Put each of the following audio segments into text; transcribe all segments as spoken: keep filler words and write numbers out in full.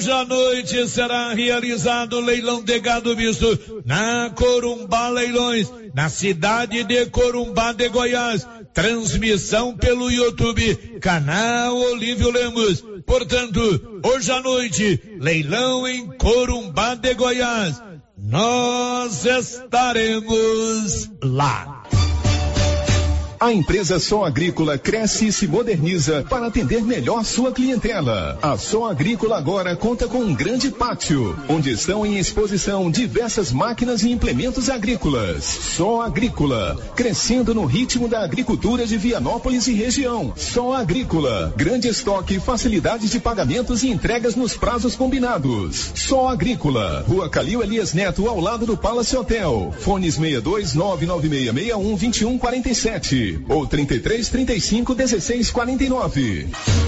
Hoje à noite será realizado o leilão de gado misto na Corumbá Leilões, na cidade de Corumbá de Goiás. Transmissão pelo YouTube, canal Olívio Lemos. Portanto, hoje à noite, leilão em Corumbá de Goiás. Nós estaremos lá. A empresa Som Agrícola cresce e se moderniza para atender melhor sua clientela. A Som Agrícola agora conta com um grande pátio, onde estão em exposição diversas máquinas e implementos agrícolas. Som Agrícola, crescendo no ritmo da agricultura de Vianópolis e região. Som Agrícola, grande estoque, facilidades de pagamentos e entregas nos prazos combinados. Som Agrícola, Rua Calil Elias Neto, ao lado do Palace Hotel. Fones seis dois nove nove seis seis um dois um quatro sete. Ou trinta e três, trinta e cinco, dezesseis, quarenta e nove.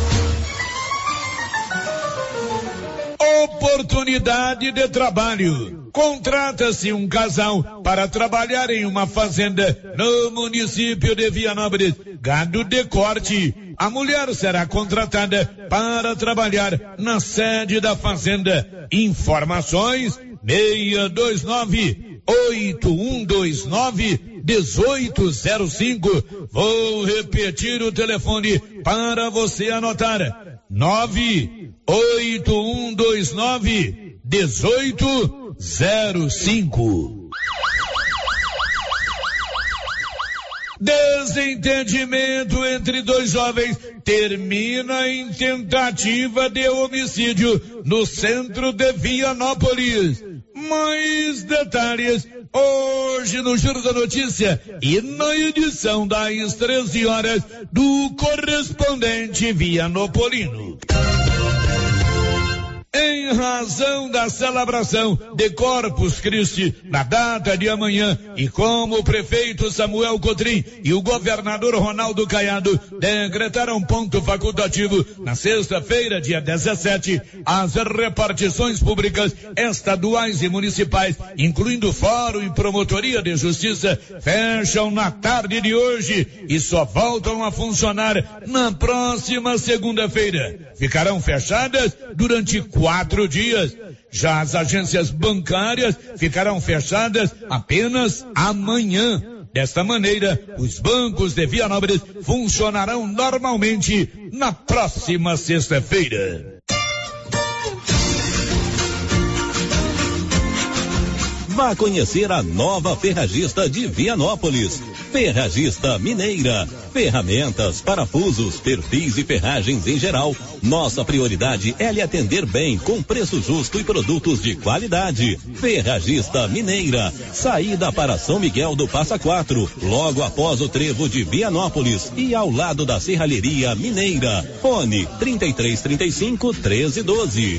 Oportunidade de trabalho. Contrata-se um casal para trabalhar em uma fazenda no município de Vianópolis. Gado de corte. A mulher será contratada para trabalhar na sede da fazenda. Informações seis dois nove, oito um dois nove, um oito zero cinco. Vou repetir o telefone para você anotar. nove oito um dois nove, um oito zero cinco. Desentendimento entre dois jovens termina em tentativa de homicídio no centro de Vianópolis. Mais detalhes hoje no Giro da Notícia e na edição das treze horas do correspondente vianopolino. Em razão da celebração de Corpus Christi na data de amanhã e como o prefeito Samuel Cotrim e o governador Ronaldo Caiado decretaram ponto facultativo na sexta-feira, dia dezessete, as repartições públicas estaduais e municipais, incluindo Fórum e Promotoria de Justiça, fecham na tarde de hoje e só voltam a funcionar na próxima segunda-feira. Ficarão fechadas durante quatro dias. Já as agências bancárias ficarão fechadas apenas amanhã. Desta maneira, os bancos de Vianópolis funcionarão normalmente na próxima sexta-feira. Vá conhecer a nova Ferragista de Vianópolis. Ferragista Mineira. Ferramentas, parafusos, perfis e ferragens em geral. Nossa prioridade é lhe atender bem, com preço justo e produtos de qualidade. Ferragista Mineira. Saída para São Miguel do Passa Quatro, logo após o trevo de Vianópolis e ao lado da Serralheria Mineira. Fone trinta e três, trinta e cinco, treze, doze.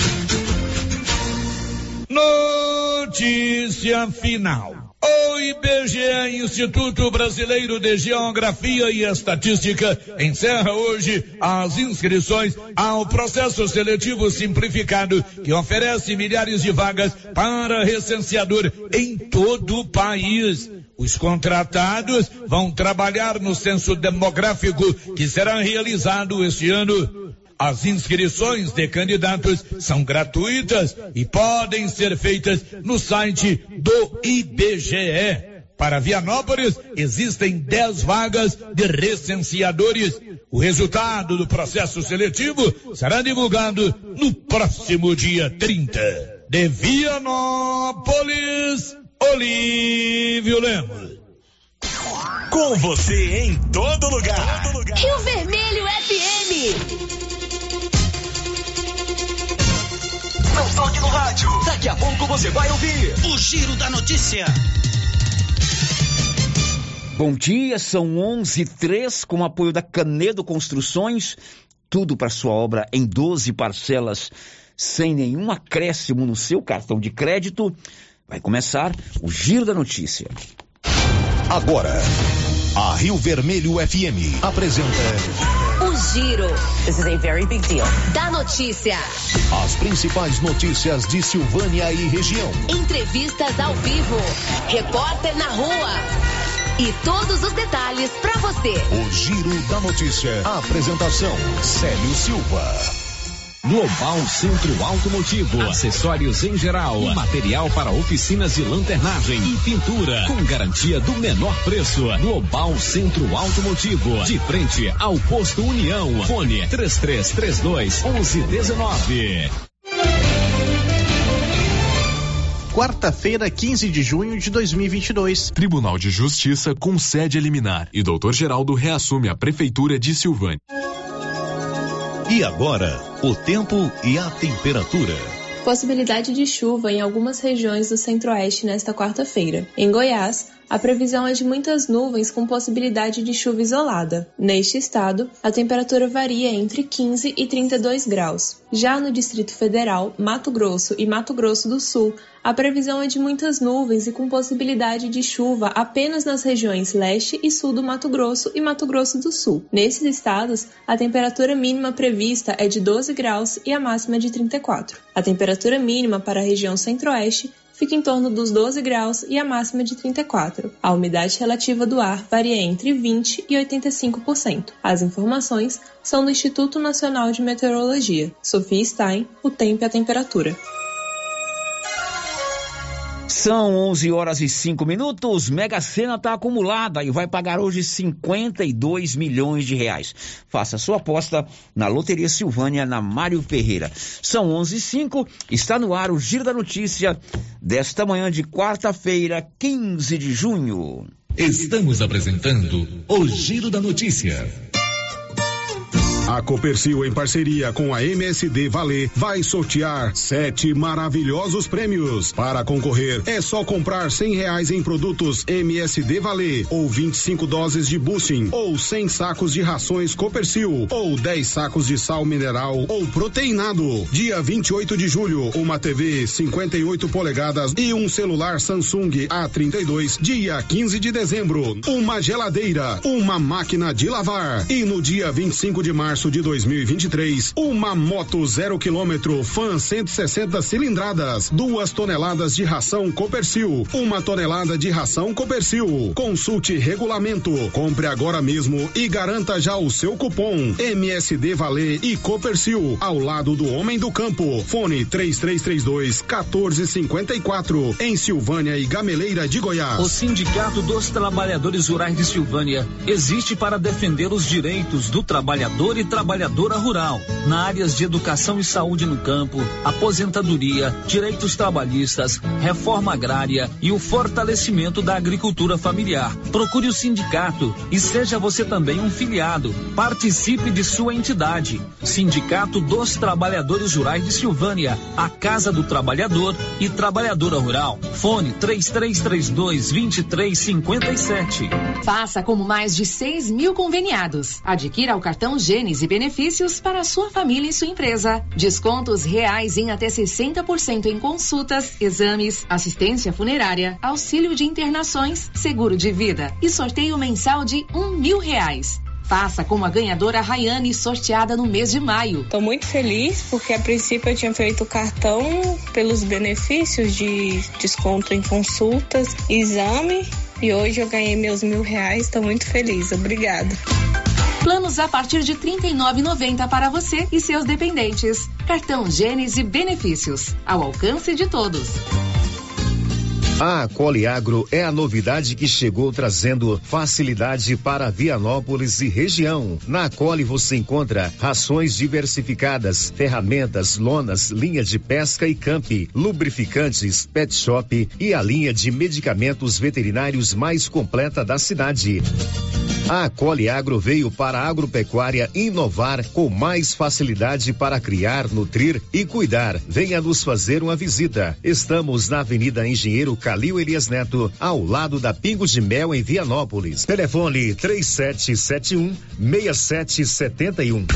Notícia final. O I B G E, Instituto Brasileiro de Geografia e Estatística, encerra hoje as inscrições ao processo seletivo simplificado que oferece milhares de vagas para recenseador em todo o país. Os contratados vão trabalhar no censo demográfico que será realizado este ano. As inscrições de candidatos são gratuitas e podem ser feitas no site do I B G E. Para Vianópolis, existem dez vagas de recenseadores. O resultado do processo seletivo será divulgado no próximo dia trinta. De Vianópolis, Olívio Lemos. Com você em todo lugar. Rio Vermelho F M. Não toque no rádio. Daqui a pouco você vai ouvir o Giro da Notícia. Bom dia, são onze e três, com o apoio da Canedo Construções. Tudo para sua obra em doze parcelas, sem nenhum acréscimo no seu cartão de crédito. Vai começar o Giro da Notícia. Agora, a Rio Vermelho F M apresenta... O Giro. This is a very big deal. Da notícia. As principais notícias de Silvânia e região. Entrevistas ao vivo. Repórter na rua. E todos os detalhes para você. O Giro da Notícia. A apresentação, Célio Silva. Global Centro Automotivo, acessórios em geral, material para oficinas de lanternagem e pintura, com garantia do menor preço. Global Centro Automotivo, de frente ao posto União. Fone três três três dois, onze dezenove. Quarta-feira, quinze de junho de dois mil e vinte e dois. Tribunal de Justiça concede a liminar e doutor Geraldo reassume a Prefeitura de Silvânia. E agora, o tempo e a temperatura. Possibilidade de chuva em algumas regiões do centro-oeste nesta quarta-feira. Em Goiás, a previsão é de muitas nuvens com possibilidade de chuva isolada. Neste estado, a temperatura varia entre quinze e trinta e dois graus. Já no Distrito Federal, Mato Grosso e Mato Grosso do Sul, a previsão é de muitas nuvens e com possibilidade de chuva apenas nas regiões leste e sul do Mato Grosso e Mato Grosso do Sul. Nesses estados, a temperatura mínima prevista é de doze graus e a máxima de trinta e quatro. A temperatura mínima para a região centro-oeste fica em torno dos doze graus e a máxima de trinta e quatro. A umidade relativa do ar varia entre vinte por cento e oitenta e cinco por cento. As informações são do Instituto Nacional de Meteorologia. Sofia Stein, o tempo e a temperatura. São onze horas e cinco minutos, Mega Sena está acumulada e vai pagar hoje cinquenta e dois milhões de reais. Faça sua aposta na Loteria Silvânia, na Mário Ferreira. São onze e cinco, está no ar o Giro da Notícia desta manhã de quarta-feira, quinze de junho. Estamos apresentando o Giro da Notícia. A Copercil, em parceria com a M S D Valer, vai sortear sete maravilhosos prêmios. Para concorrer, é só comprar cem reais em produtos M S D Valer, ou vinte e cinco doses de boosting, ou cem sacos de rações Copercil, ou dez sacos de sal mineral ou proteinado. Dia vinte e oito de julho, uma T V cinquenta e oito polegadas e um celular Samsung A trinta e dois. Dia quinze de dezembro, uma geladeira, uma máquina de lavar. E no dia vinte e cinco de março de dois mil e vinte e três, uma moto zero quilômetro Fan cento e sessenta cilindradas, duas toneladas de ração Copercil, uma tonelada de ração Copercil. Consulte regulamento, compre agora mesmo e garanta já o seu cupom. M S D Valer e Copercil, ao lado do homem do campo. Fone três três três dois, um quatro cinco quatro, em Silvânia e Gameleira de Goiás. O Sindicato dos Trabalhadores Rurais de Silvânia existe para defender os direitos do trabalhador e trabalhadora rural, na áreas de educação e saúde no campo, aposentadoria, direitos trabalhistas, reforma agrária e o fortalecimento da agricultura familiar. Procure o sindicato e seja você também um filiado. Participe de sua entidade. Sindicato dos Trabalhadores Rurais de Silvânia, a Casa do Trabalhador e Trabalhadora Rural. Fone três três três dois, dois três cinco sete. Faça como mais de seis mil conveniados. Adquira o cartão Gênesis e benefícios para a sua família e sua empresa. Descontos reais em até sessenta por cento em consultas, exames, assistência funerária, auxílio de internações, seguro de vida e sorteio mensal de um mil reais. Faça como a ganhadora Rayane, sorteada no mês de maio. Estou muito feliz porque a princípio eu tinha feito o cartão pelos benefícios de desconto em consultas, exame, e hoje eu ganhei meus mil reais. Estou muito feliz. Obrigada. Planos a partir de trinta e nove reais e noventa centavos para você e seus dependentes. Cartão Gênesis e benefícios, ao alcance de todos. A Acoli Agro é a novidade que chegou trazendo facilidade para Vianópolis e região. Na Acoli você encontra rações diversificadas, ferramentas, lonas, linha de pesca e camp, lubrificantes, pet shop e a linha de medicamentos veterinários mais completa da cidade. A Acoli Agro veio para a agropecuária inovar com mais facilidade para criar, nutrir e cuidar. Venha nos fazer uma visita. Estamos na Avenida Engenheiro Calil Elias Neto, ao lado da Pingo de Mel, em Vianópolis. Telefone três sete sete um, seis sete sete um.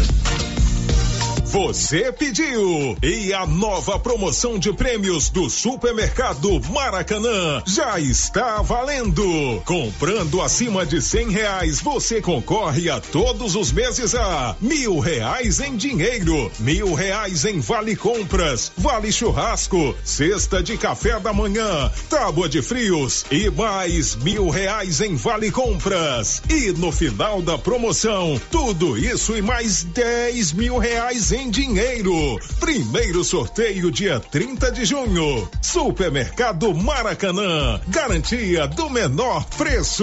Você pediu! E a nova promoção de prêmios do Supermercado Maracanã já está valendo! Comprando acima de cem reais, você concorre a todos os meses a mil reais em dinheiro, mil reais em vale compras, vale churrasco, cesta de café da manhã, tábua de frios e mais mil reais em vale compras. E no final da promoção, tudo isso e mais dez mil reais em em dinheiro. Primeiro sorteio dia trinta de junho. Supermercado Maracanã, garantia do menor preço.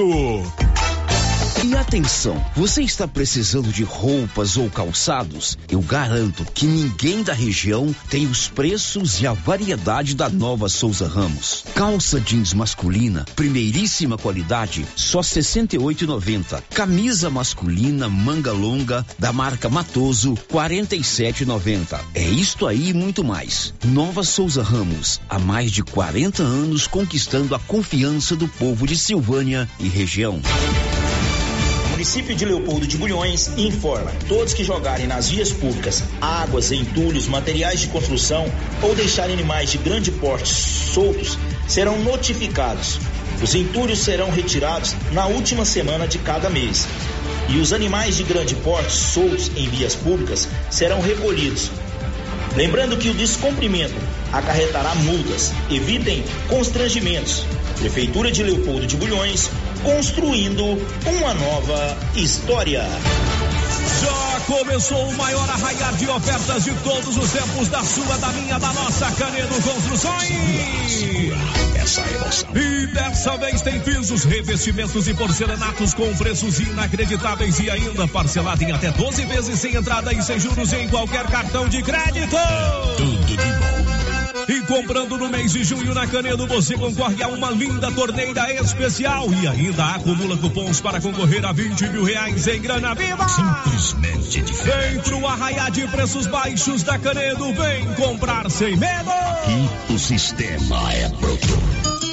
E atenção, você está precisando de roupas ou calçados? Eu garanto que ninguém da região tem os preços e a variedade da Nova Souza Ramos. Calça jeans masculina, primeiríssima qualidade, só sessenta e oito reais e noventa centavos. Camisa masculina, manga longa, da marca Matoso, quarenta e sete reais e noventa centavos. É isto aí e muito mais. Nova Souza Ramos, há mais de quarenta anos conquistando a confiança do povo de Silvânia e região. O município de Leopoldo de Bulhões informa: todos que jogarem nas vias públicas águas, entulhos, materiais de construção ou deixarem animais de grande porte soltos serão notificados. Os entulhos serão retirados na última semana de cada mês e os animais de grande porte soltos em vias públicas serão recolhidos. Lembrando que o descumprimento acarretará multas. Evitem constrangimentos. Prefeitura de Leopoldo de Bulhões, construindo uma nova história. Já começou o maior arraiar de ofertas de todos os tempos da sua, da minha, da nossa Canedo Construções. Essa emoção. E dessa vez tem pisos, revestimentos e porcelanatos com preços inacreditáveis e ainda parcelado em até doze vezes sem entrada e sem juros em qualquer cartão de crédito. Tudo de bom. E comprando no mês de junho na Canedo, você concorre a uma linda torneira especial e ainda acumula cupons para concorrer a vinte mil reais em grana viva. Simplesmente diferente. Vem pro arraiar de preços baixos da Canedo, vem comprar sem medo. Aqui o sistema é bruto.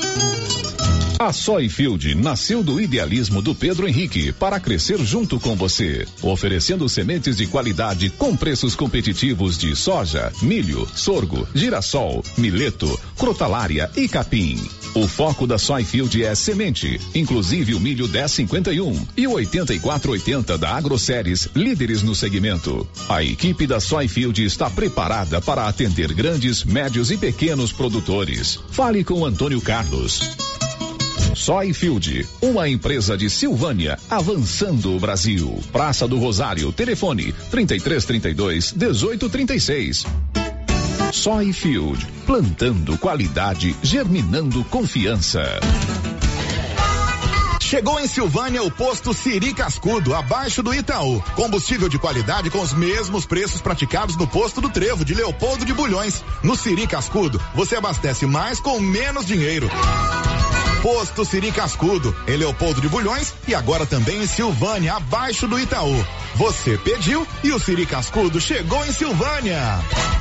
A Soyfield nasceu do idealismo do Pedro Henrique para crescer junto com você, oferecendo sementes de qualidade com preços competitivos de soja, milho, sorgo, girassol, mileto, crotalária e capim. O foco da Soyfield é semente, inclusive o milho dez cinquenta e um e o oitenta e quatro oitenta da Agroceres, líderes no segmento. A equipe da Soyfield está preparada para atender grandes, médios e pequenos produtores. Fale com Antônio Carlos. Soyfield, uma empresa de Silvânia, avançando o Brasil. Praça do Rosário, telefone trinta e três, trinta e dois, dezoito, trinta e seis. Soyfield, plantando qualidade, germinando confiança. Chegou em Silvânia o posto Siri Cascudo, abaixo do Itaú. Combustível de qualidade com os mesmos preços praticados no posto do Trevo, de Leopoldo de Bulhões. No Siri Cascudo, você abastece mais com menos dinheiro. Posto Siri Cascudo, em Leopoldo de Bulhões e agora também em Silvânia, abaixo do Itaú. Você pediu e o Siri Cascudo chegou em Silvânia.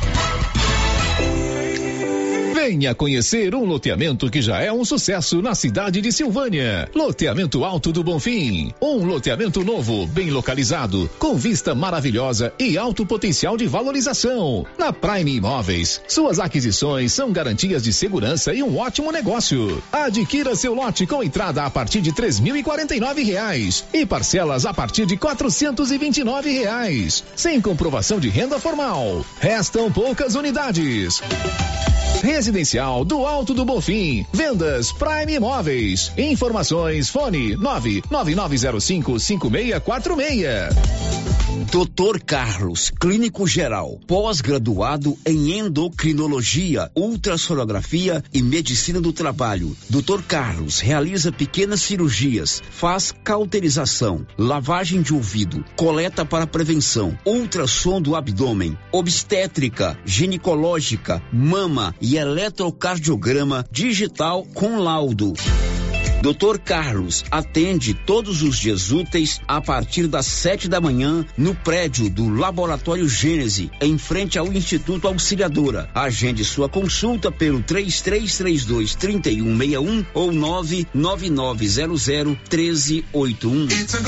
Venha conhecer um loteamento que já é um sucesso na cidade de Silvânia. Loteamento Alto do Bonfim. Um loteamento novo, bem localizado, com vista maravilhosa e alto potencial de valorização. Na Prime Imóveis, suas aquisições são garantias de segurança e um ótimo negócio. Adquira seu lote com entrada a partir de três mil e quarenta e nove reais e parcelas a partir de quatrocentos e vinte e nove reais, sem comprovação de renda formal. Restam poucas unidades. Residencial do Alto do Bonfim. Vendas Prime Imóveis. Informações fone nove nove nove zero cinco cinco seis quatro seis. doutor Carlos, clínico geral, pós-graduado em endocrinologia, ultrassonografia e medicina do trabalho. doutor Carlos realiza pequenas cirurgias, faz cauterização, lavagem de ouvido, coleta para prevenção, ultrassom do abdômen, obstétrica, ginecológica, mama e eletrocardiograma digital com laudo. doutor Carlos atende todos os dias úteis a partir das sete da manhã no prédio do Laboratório Gênese, em frente ao Instituto Auxiliadora. Agende sua consulta pelo três três três dois, três um seis um ou nove nove nove zero zero, um três oito um.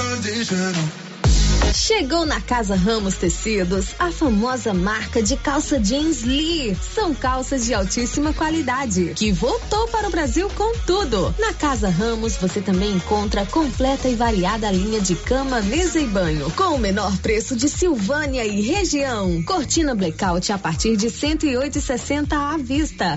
Chegou na Casa Ramos Tecidos a famosa marca de calça jeans Lee. São calças de altíssima qualidade que voltou para o Brasil com tudo. Na Casa Ramos você também encontra a completa e variada linha de cama, mesa e banho com o menor preço de Silvânia e região. Cortina blackout a partir de cento e oito reais e sessenta centavos à vista.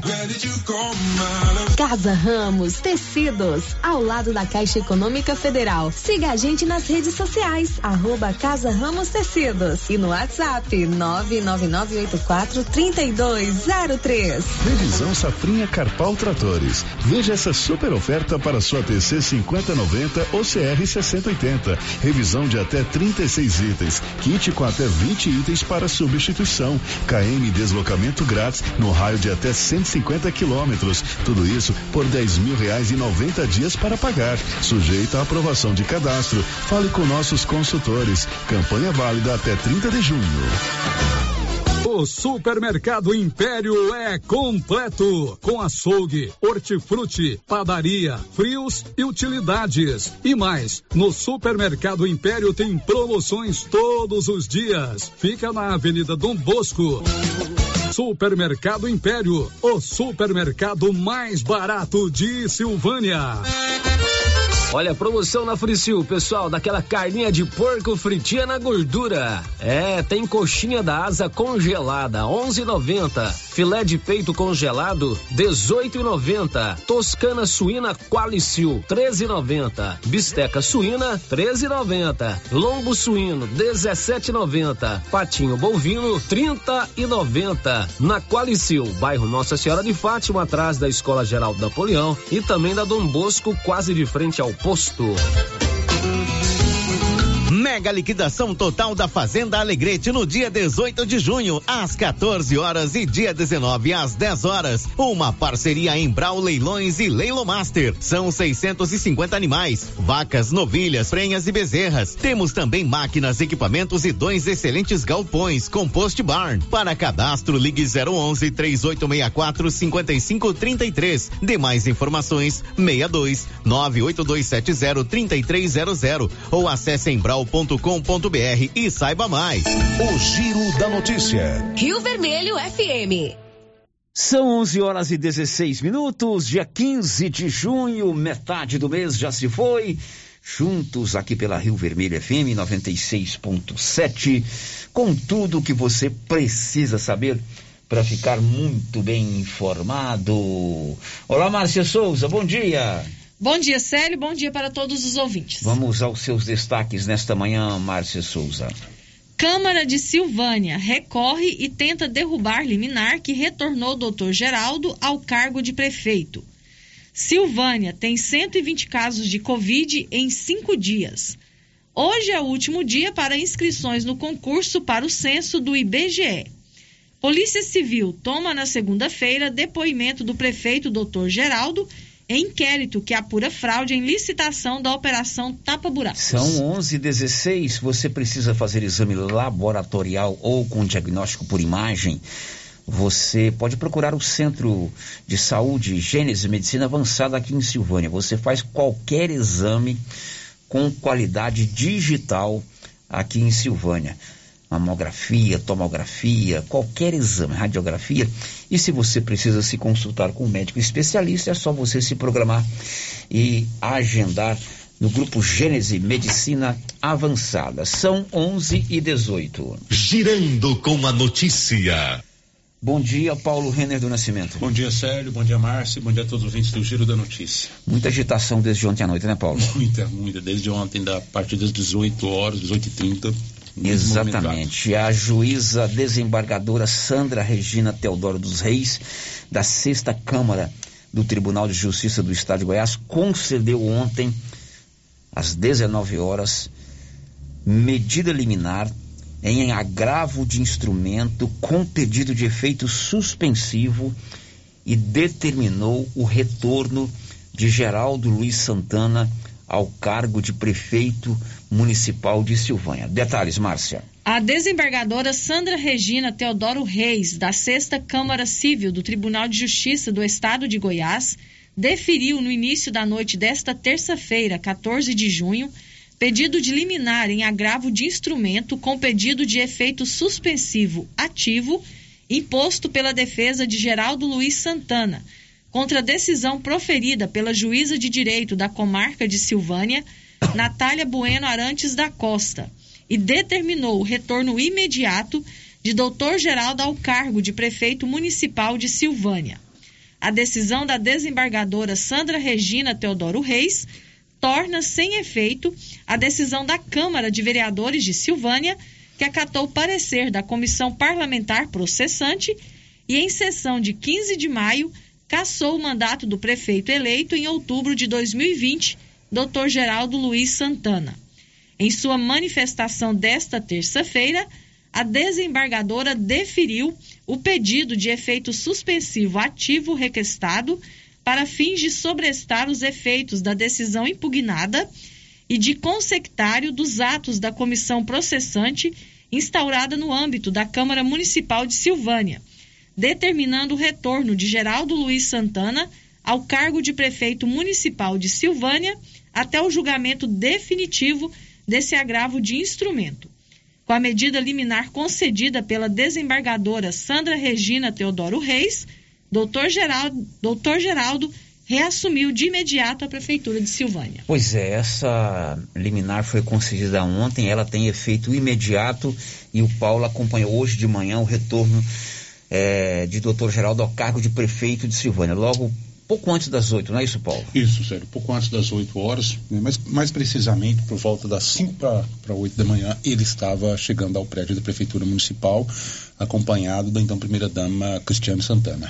Casa Ramos Tecidos, ao lado da Caixa Econômica Federal. Siga a gente nas redes sociais, arroba Casa Ramos Tecidos e no WhatsApp nove nove nove oito quatro três dois zero três. Revisão Safrinha Carpal Tratores. Veja essa super oferta para sua T C cinquenta noventa ou C R sessenta oitenta. Revisão de até trinta e seis itens. Kit com até vinte itens para substituição. K M deslocamento grátis no raio de até cento e cinquenta quilômetros. Tudo isso por dez mil reais e noventa dias para pagar. Sujeito à aprovação de cadastro. Fale com nossos consultores. Campanha válida até trinta de junho. O Supermercado Império é completo, com açougue, hortifruti, padaria, frios e utilidades. E mais, no Supermercado Império tem promoções todos os dias. Fica na Avenida Dom Bosco. Supermercado Império, o supermercado mais barato de Silvânia. Olha, promoção na Fricil, pessoal, daquela carninha de porco fritinha na gordura. É, tem coxinha da asa congelada, onze e noventa. Filé de peito congelado, dezoito e noventa. Toscana suína Qualicil, treze e noventa. Bisteca suína, treze e noventa. Lombo suíno, dezessete e noventa. Patinho bovino, trinta e noventa. Na Qualicil, bairro Nossa Senhora de Fátima, atrás da Escola Geraldo Napoleão e também da Dom Bosco, quase de frente ao posto. Mega liquidação total da Fazenda Alegrete no dia dezoito de junho, às quatorze horas e dia dezenove às dez horas. Uma parceria Embral Leilões e Leilomaster. São seiscentos e cinquenta animais, vacas, novilhas, prenhas e bezerras. Temos também máquinas, equipamentos e dois excelentes galpões com post barn. Para cadastro, ligue zero onze, três oito seis quatro, cinco cinco três três. Demais informações seis dois nove oito dois sete zero três três zero zero ou acesse embral ponto com ponto br e saiba mais. O Giro da Notícia. Rio Vermelho F M. São onze horas e dezesseis minutos, dia quinze de junho, metade do mês já se foi. Juntos aqui pela Rio Vermelho F M noventa e seis ponto sete, com tudo que você precisa saber para ficar muito bem informado. Olá, Márcia Souza, bom dia. Bom dia, Célio, bom dia para todos os ouvintes. Vamos aos seus destaques nesta manhã, Márcia Souza. Câmara de Silvânia recorre e tenta derrubar liminar que retornou o doutor Geraldo ao cargo de prefeito. Silvânia tem cento e vinte casos de Covid em cinco dias. Hoje é o último dia para inscrições no concurso para o censo do I B G E. Polícia Civil toma na segunda-feira depoimento do prefeito doutor Geraldo em inquérito que apura fraude em licitação da Operação Tapa Buracos. São onze e dezesseis, você precisa fazer exame laboratorial ou com diagnóstico por imagem, você pode procurar o Centro de Saúde Gênese Medicina Avançada aqui em Silvânia. Você faz qualquer exame com qualidade digital aqui em Silvânia. Mamografia, tomografia, qualquer exame, radiografia. E se você precisa se consultar com um médico especialista, é só você se programar e agendar no Grupo Gênese Medicina Avançada. São onze e dezoito. Girando com a notícia. Bom dia, Paulo Renner do Nascimento. Bom dia, Célio. Bom dia, Márcio. Bom dia a todos os ouvintes do Giro da Notícia. Muita agitação desde ontem à noite, né, Paulo? Muita, muita. Desde ontem, da partir das dezoito horas, dezoito e trinta. Exatamente. A juíza desembargadora Sandra Regina Teodoro dos Reis, da sexta Câmara do Tribunal de Justiça do Estado de Goiás, concedeu ontem, às dezenove horas, medida liminar em agravo de instrumento com pedido de efeito suspensivo e determinou o retorno de Geraldo Luiz Santana ao cargo de prefeito municipal de Silvânia. Detalhes, Márcia. A desembargadora Sandra Regina Teodoro Reis, da sexta Câmara Civil do Tribunal de Justiça do Estado de Goiás, deferiu no início da noite desta terça-feira, quatorze de junho, pedido de liminar em agravo de instrumento com pedido de efeito suspensivo ativo imposto pela defesa de Geraldo Luiz Santana, contra a decisão proferida pela juíza de direito da comarca de Silvânia, Natália Bueno Arantes da Costa, e determinou o retorno imediato de doutor Geraldo ao cargo de prefeito municipal de Silvânia. A decisão da desembargadora Sandra Regina Teodoro Reis torna sem efeito a decisão da Câmara de Vereadores de Silvânia, que acatou o parecer da Comissão Parlamentar Processante e, em sessão de quinze de maio, cassou o mandato do prefeito eleito em outubro de dois mil e vinte, doutor Geraldo Luiz Santana. Em sua manifestação desta terça-feira, a desembargadora deferiu o pedido de efeito suspensivo ativo requestado para fins de sobrestar os efeitos da decisão impugnada e de consectário dos atos da comissão processante instaurada no âmbito da Câmara Municipal de Silvânia, determinando o retorno de Geraldo Luiz Santana ao cargo de prefeito municipal de Silvânia até o julgamento definitivo desse agravo de instrumento. Com a medida liminar concedida pela desembargadora Sandra Regina Teodoro Reis, doutor Geraldo, doutor Geraldo reassumiu de imediato a Prefeitura de Silvânia. Pois é, essa liminar foi concedida ontem, ela tem efeito imediato e o Paulo acompanhou hoje de manhã o retorno é, de doutor Geraldo ao cargo de prefeito de Silvânia, logo pouco antes das oito, não é isso, Paulo? Isso, Sérgio, pouco antes das oito horas, mas mais precisamente por volta das cinco para oito da manhã, ele estava chegando ao prédio da Prefeitura Municipal, acompanhado da então primeira-dama Cristiane Santana.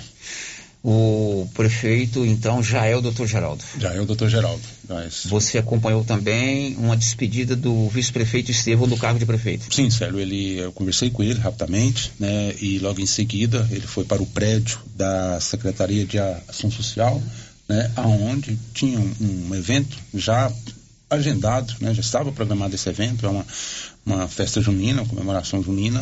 O prefeito, então, já é o doutor Geraldo? Já é o doutor Geraldo. Mas... Você acompanhou também uma despedida do vice-prefeito Estevão do cargo de prefeito? Sim, Célio, ele, eu conversei com ele rapidamente, né, e logo em seguida ele foi para o prédio da Secretaria de Ação Social, né, aonde tinha um, um evento já agendado, né, já estava programado esse evento, é uma, uma festa junina, uma comemoração junina,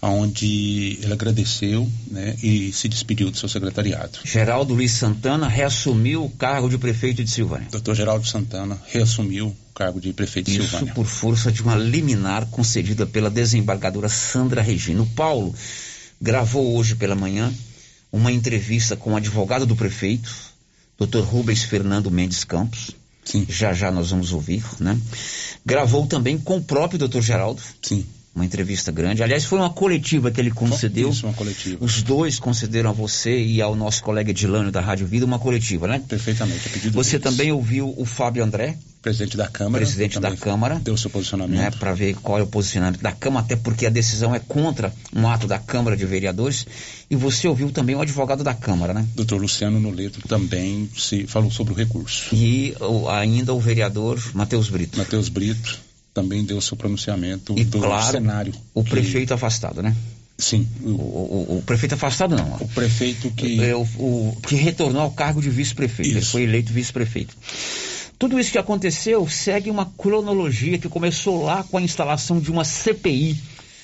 onde ele agradeceu, né, e se despediu do seu secretariado. Geraldo Luiz Santana reassumiu o cargo de prefeito de Silvânia. doutor Geraldo Santana reassumiu o cargo de prefeito de Isso Silvânia. Isso por força de uma liminar concedida pela desembargadora Sandra Regina. O Paulo gravou hoje pela manhã uma entrevista com o advogado do prefeito, doutor Rubens Fernando Mendes Campos. Sim. Já já nós vamos ouvir, né? Gravou também com o próprio doutor Geraldo. Sim. Uma entrevista grande. Aliás, foi uma coletiva que ele concedeu. Isso, uma coletiva. Os dois concederam a você e ao nosso colega Edilânio da Rádio Vida uma coletiva, né? Perfeitamente. Você deles. Também ouviu o Fábio André, presidente da Câmara. Presidente da Câmara. Deu seu posicionamento. Né, para ver qual é o posicionamento da Câmara, até porque a decisão é contra um ato da Câmara de Vereadores. E você ouviu também o advogado da Câmara, né? doutor Luciano Noleto também se falou sobre o recurso. E o, ainda o vereador Matheus Brito. Matheus Brito também deu seu pronunciamento e, do claro, cenário. O que... prefeito afastado, né? Sim. O, o, o prefeito afastado não. O prefeito que... O, o, que retornou ao cargo de vice-prefeito. Ele foi eleito vice-prefeito. Tudo isso que aconteceu segue uma cronologia que começou lá com a instalação de uma C P I,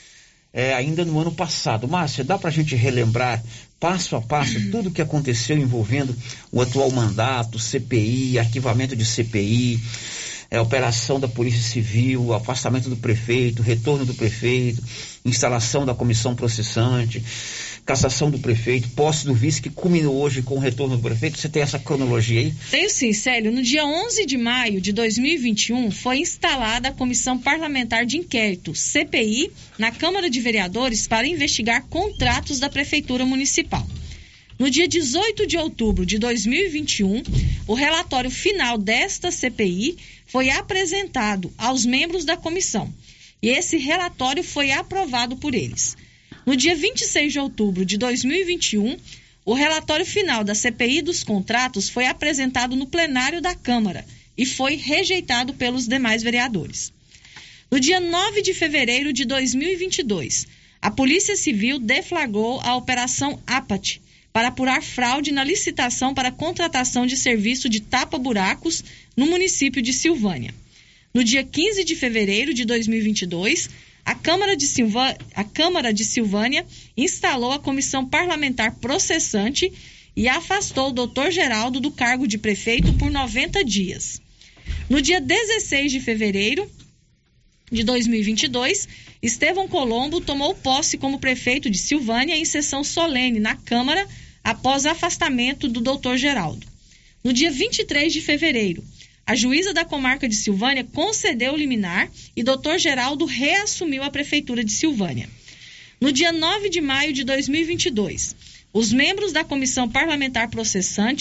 é, ainda no ano passado. Márcia, dá pra gente relembrar passo a passo tudo o que aconteceu envolvendo o atual mandato, C P I, arquivamento de C P I, é, operação da Polícia Civil, afastamento do prefeito, retorno do prefeito, instalação da comissão processante, cassação do prefeito, posse do vice, que culminou hoje com o retorno do prefeito. Você tem essa cronologia aí? Tenho sim, Célio. No dia onze de maio de dois mil e vinte e um, foi instalada a Comissão Parlamentar de Inquérito, C P I, na Câmara de Vereadores para investigar contratos da Prefeitura Municipal. No dia dezoito de outubro de dois mil e vinte e um, o relatório final desta C P I foi apresentado aos membros da comissão e esse relatório foi aprovado por eles. No dia vinte e seis de outubro de dois mil e vinte e um, o relatório final da C P I dos contratos foi apresentado no plenário da Câmara e foi rejeitado pelos demais vereadores. No dia nove de fevereiro de dois mil e vinte e dois, a Polícia Civil deflagrou a Operação Apat para apurar fraude na licitação para contratação de serviço de tapa-buracos no município de Silvânia. No dia quinze de fevereiro de dois mil e vinte e dois, a Câmara de, Silva... a Câmara de Silvânia instalou a Comissão Parlamentar Processante e afastou o doutor Geraldo do cargo de prefeito por noventa dias. No dia dezesseis de fevereiro de dois mil e vinte e dois, Estevão Colombo tomou posse como prefeito de Silvânia em sessão solene na Câmara após afastamento do doutor Geraldo. No dia vinte e três de fevereiro, a juíza da comarca de Silvânia concedeu liminar e doutor Geraldo reassumiu a prefeitura de Silvânia. No dia nove de maio de dois mil e vinte e dois, os membros da Comissão Parlamentar Processante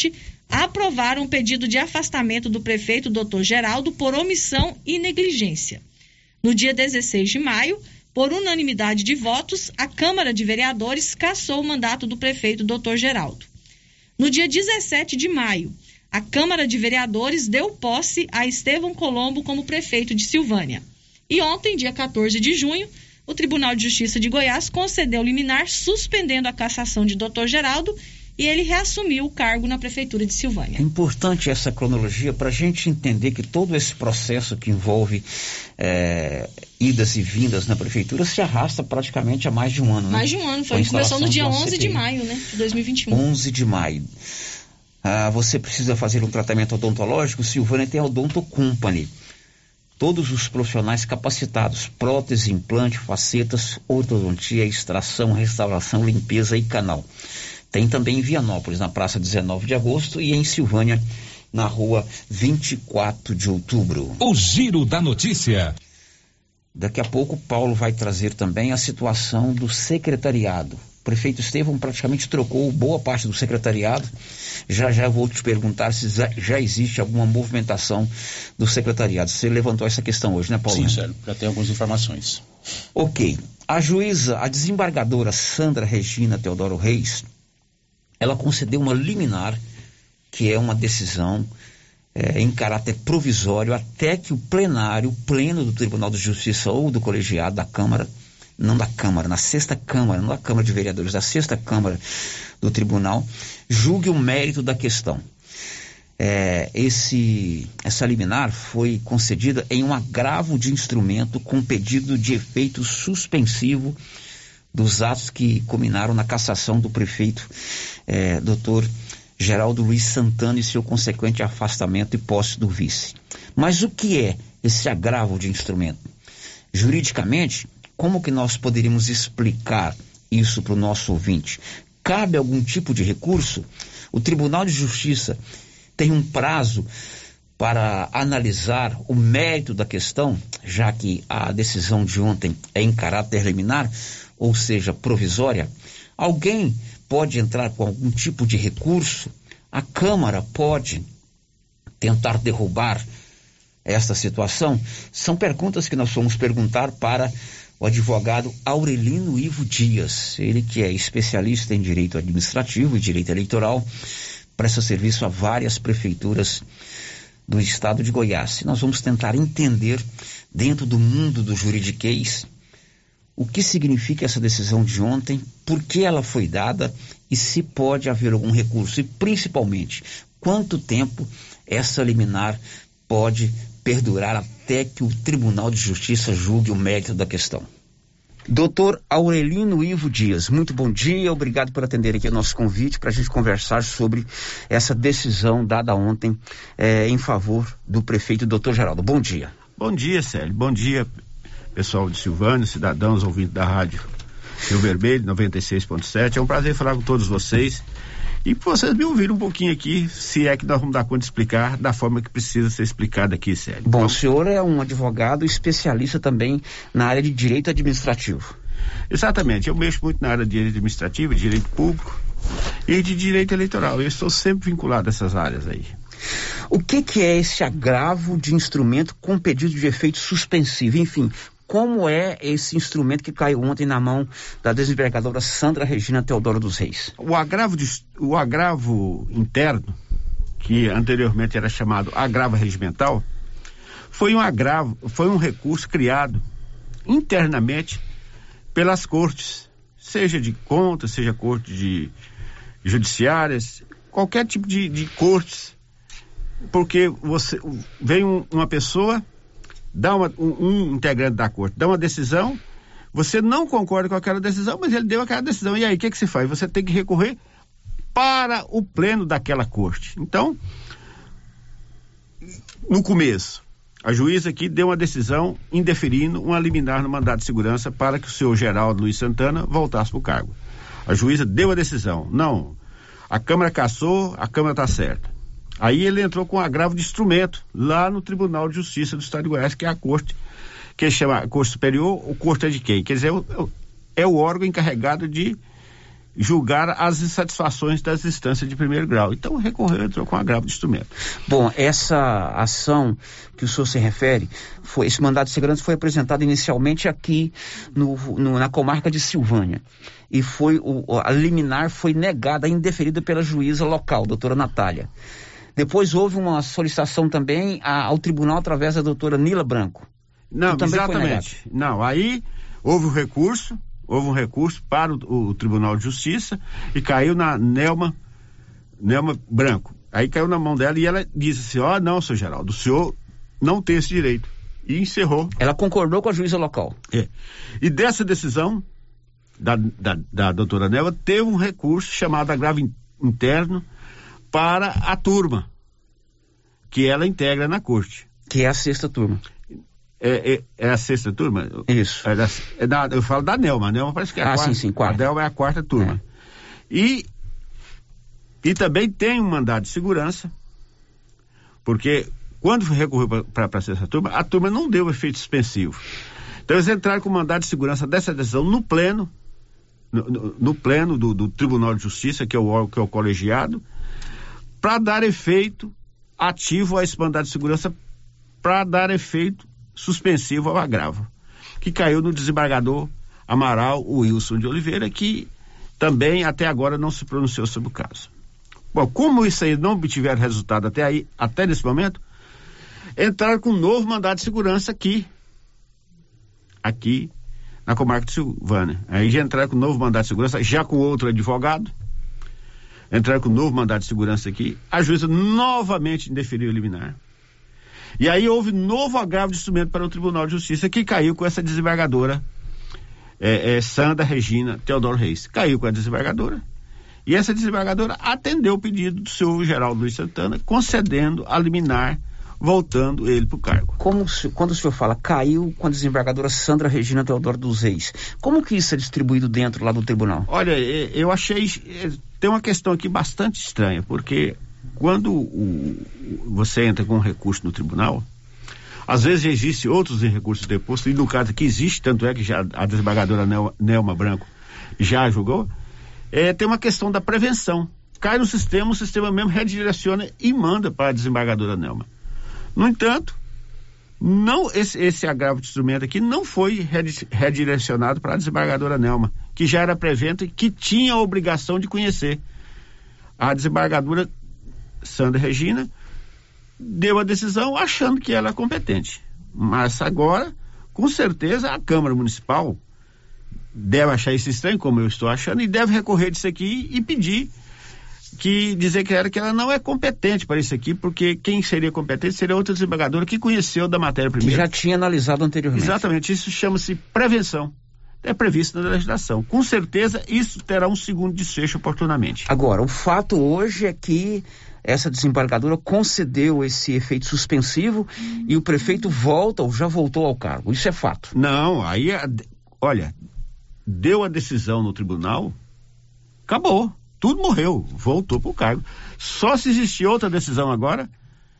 aprovaram o pedido de afastamento do prefeito doutor Geraldo por omissão e negligência. No dia dezesseis de maio, por unanimidade de votos, a Câmara de Vereadores cassou o mandato do prefeito doutor Geraldo. No dia dezessete de maio, a Câmara de Vereadores deu posse a Estevão Colombo como prefeito de Silvânia. E ontem, dia quatorze de junho, o Tribunal de Justiça de Goiás concedeu liminar suspendendo a cassação de doutor Geraldo e ele reassumiu o cargo na Prefeitura de Silvânia. É importante essa cronologia para a gente entender que todo esse processo que envolve é, idas e vindas na Prefeitura se arrasta praticamente há mais de um ano. Mais né? de um ano, foi, começou no dia onze de maio, né, de dois mil e vinte e um. onze de maio. Ah, você precisa fazer um tratamento odontológico, Silvânia tem a Odonto Company. Todos os profissionais capacitados, prótese, implante, facetas, ortodontia, extração, restauração, limpeza e canal. Tem também em Vianópolis, na Praça dezenove de agosto, e em Silvânia, na Rua vinte e quatro de outubro. O Giro da Notícia. Daqui a pouco, Paulo vai trazer também a situação do secretariado. O prefeito Estevão praticamente trocou boa parte do secretariado. Já já vou te perguntar se já existe alguma movimentação do secretariado. Você levantou essa questão hoje, né, Paulo? Sim, Sérgio, já tem algumas informações. Ok. A juíza, a desembargadora Sandra Regina Teodoro Reis, ela concedeu uma liminar, que é uma decisão é, em caráter provisório, até que o plenário, o pleno do Tribunal de Justiça ou do colegiado da Câmara, não da Câmara, na sexta Câmara, não da Câmara de Vereadores, da sexta Câmara do Tribunal, julgue o mérito da questão. É, esse, essa liminar foi concedida em um agravo de instrumento com pedido de efeito suspensivo dos atos que culminaram na cassação do prefeito é, doutor Geraldo Luiz Santana e seu consequente afastamento e posse do vice. Mas o que é esse agravo de instrumento? Juridicamente, como que nós poderíamos explicar isso para o nosso ouvinte? Cabe algum tipo de recurso? O Tribunal de Justiça tem um prazo para analisar o mérito da questão, já que a decisão de ontem é em caráter liminar, ou seja, provisória. Alguém pode entrar com algum tipo de recurso? A Câmara pode tentar derrubar esta situação? São perguntas que nós vamos perguntar para o advogado Aurelino Ivo Dias, ele que é especialista em direito administrativo e direito eleitoral, presta serviço a várias prefeituras do estado de Goiás. E nós vamos tentar entender, dentro do mundo do juridiquês, o que significa essa decisão de ontem, por que ela foi dada e se pode haver algum recurso. E, principalmente, quanto tempo essa liminar pode perdurar até que o Tribunal de Justiça julgue o mérito da questão. Doutor Aurelino Ivo Dias, muito bom dia, obrigado por atender aqui o nosso convite para a gente conversar sobre essa decisão dada ontem eh, em favor do prefeito doutor Geraldo. Bom dia. Bom dia, Célio. Bom dia, pessoal de Silvânia, cidadãos ouvintes da rádio Rio Vermelho, noventa e seis ponto sete. É um prazer falar com todos vocês e vocês me ouviram um pouquinho aqui, se é que nós vamos dar conta de explicar da forma que precisa ser explicado aqui, Célio. Bom, então, o senhor é um advogado especialista também na área de direito administrativo. Exatamente, eu mexo muito na área de direito administrativo, de direito público e de direito eleitoral. Eu estou sempre vinculado a essas áreas aí. O que que é esse agravo de instrumento com pedido de efeito suspensivo? Enfim, como é esse instrumento que caiu ontem na mão da desembargadora Sandra Regina Teodoro dos Reis? O agravo, de, o agravo interno, que anteriormente era chamado agravo regimental, foi um agravo, foi um recurso criado internamente pelas cortes, seja de contas, seja cortes de judiciárias, qualquer tipo de, de cortes, porque você vem um, uma pessoa, dá uma, um, um integrante da corte, dá uma decisão, você não concorda com aquela decisão, mas ele deu aquela decisão, e aí o que que se faz? Você tem que recorrer para o pleno daquela corte. Então, no começo, a juíza aqui deu uma decisão indeferindo uma liminar no mandado de segurança para que o senhor Geraldo Luiz Santana voltasse para o cargo. A juíza deu a decisão, não, a Câmara cassou, a Câmara está certa. Aí ele entrou com um agravo de instrumento lá no Tribunal de Justiça do Estado de Goiás, que é a corte, que chama a Corte Superior. O corte é de quem? Quer dizer, é o, é o órgão encarregado de julgar as insatisfações das instâncias de primeiro grau. Então recorreu, entrou com agravo de instrumento. Bom, essa ação que o senhor se refere, foi, esse mandado de segurança foi apresentado inicialmente aqui no, no, na comarca de Silvânia. E foi o, a liminar foi negada, indeferida pela juíza local, doutora Natália. Depois houve uma solicitação também a, ao tribunal através da doutora Nila Branco. Não, exatamente. Não, aí houve o recurso, houve um recurso para o, o Tribunal de Justiça e caiu na Nelma, Nelma Branco. Aí caiu na mão dela e ela disse assim, ó, oh, não, senhor Geraldo, o senhor não tem esse direito. E encerrou. Ela concordou com a juíza local. É. E dessa decisão da, da, da doutora Nelma, teve um recurso chamado agravo interno para a turma que ela integra na corte. Que é a sexta turma. É, é, é a sexta turma? Isso. É da, é da, eu falo da Nelma, a Nelma parece que é a ah, quarta. sim, sim, quarta. A Nelma é a quarta turma. É. E, e também tem um mandado de segurança, porque quando recorreu para a sexta turma, a turma não deu efeito suspensivo. Então eles entraram com o mandado de segurança dessa decisão no pleno, no, no, no pleno do, do Tribunal de Justiça, que é o órgão, que é o colegiado, para dar efeito ativo a esse mandado de segurança, para dar efeito suspensivo ao agravo, que caiu no desembargador Amaral Wilson de Oliveira, que também até agora não se pronunciou sobre o caso. Bom, como isso aí não obtiver resultado até aí, até nesse momento, entraram com um novo mandado de segurança aqui, aqui na comarca de Silvânia. Aí já entraram com um novo mandado de segurança, já com outro advogado, entraram com um novo mandado de segurança aqui, a juíza novamente indeferiu o liminar. E aí houve novo agravo de instrumento para o Tribunal de Justiça, que caiu com essa desembargadora é, é, Sandra Regina Teodoro Reis. Caiu com a desembargadora, e essa desembargadora atendeu o pedido do senhor Geraldo Luiz Santana, concedendo a liminar, voltando ele para o cargo. Como, quando o senhor fala caiu com a desembargadora Sandra Regina Teodoro dos Reis, como que isso é distribuído dentro lá do tribunal? Olha, eu achei, tem uma questão aqui bastante estranha, porque quando o, você entra com um recurso no tribunal, às vezes existem outros recursos depostos, e no caso aqui existe, tanto é que já a desembargadora Nelma, Nelma Branco já julgou, é, tem uma questão da prevenção. Cai no sistema, o sistema mesmo redireciona e manda para a desembargadora Nelma. No entanto, não, esse, esse agravo de instrumento aqui não foi redirecionado para a desembargadora Nelma, que já era preventa e que tinha a obrigação de conhecer. A desembargadora Sandra Regina deu a decisão achando que ela é competente. Mas agora, com certeza, a Câmara Municipal deve achar isso estranho, como eu estou achando, e deve recorrer disso aqui e pedir que dizer que ela, que ela não é competente para isso aqui, porque quem seria competente seria outra desembargadora que conheceu da matéria primeiro. Que já tinha analisado anteriormente. Exatamente, isso chama-se prevenção. É previsto na legislação. Com certeza, isso terá um segundo desfecho oportunamente. Agora, o fato hoje é que essa desembargadora concedeu esse efeito suspensivo e o prefeito volta ou já voltou ao cargo. Isso é fato. Não, aí, olha, deu a decisão no tribunal, acabou. Tudo morreu, voltou para o cargo. Só se existir outra decisão agora,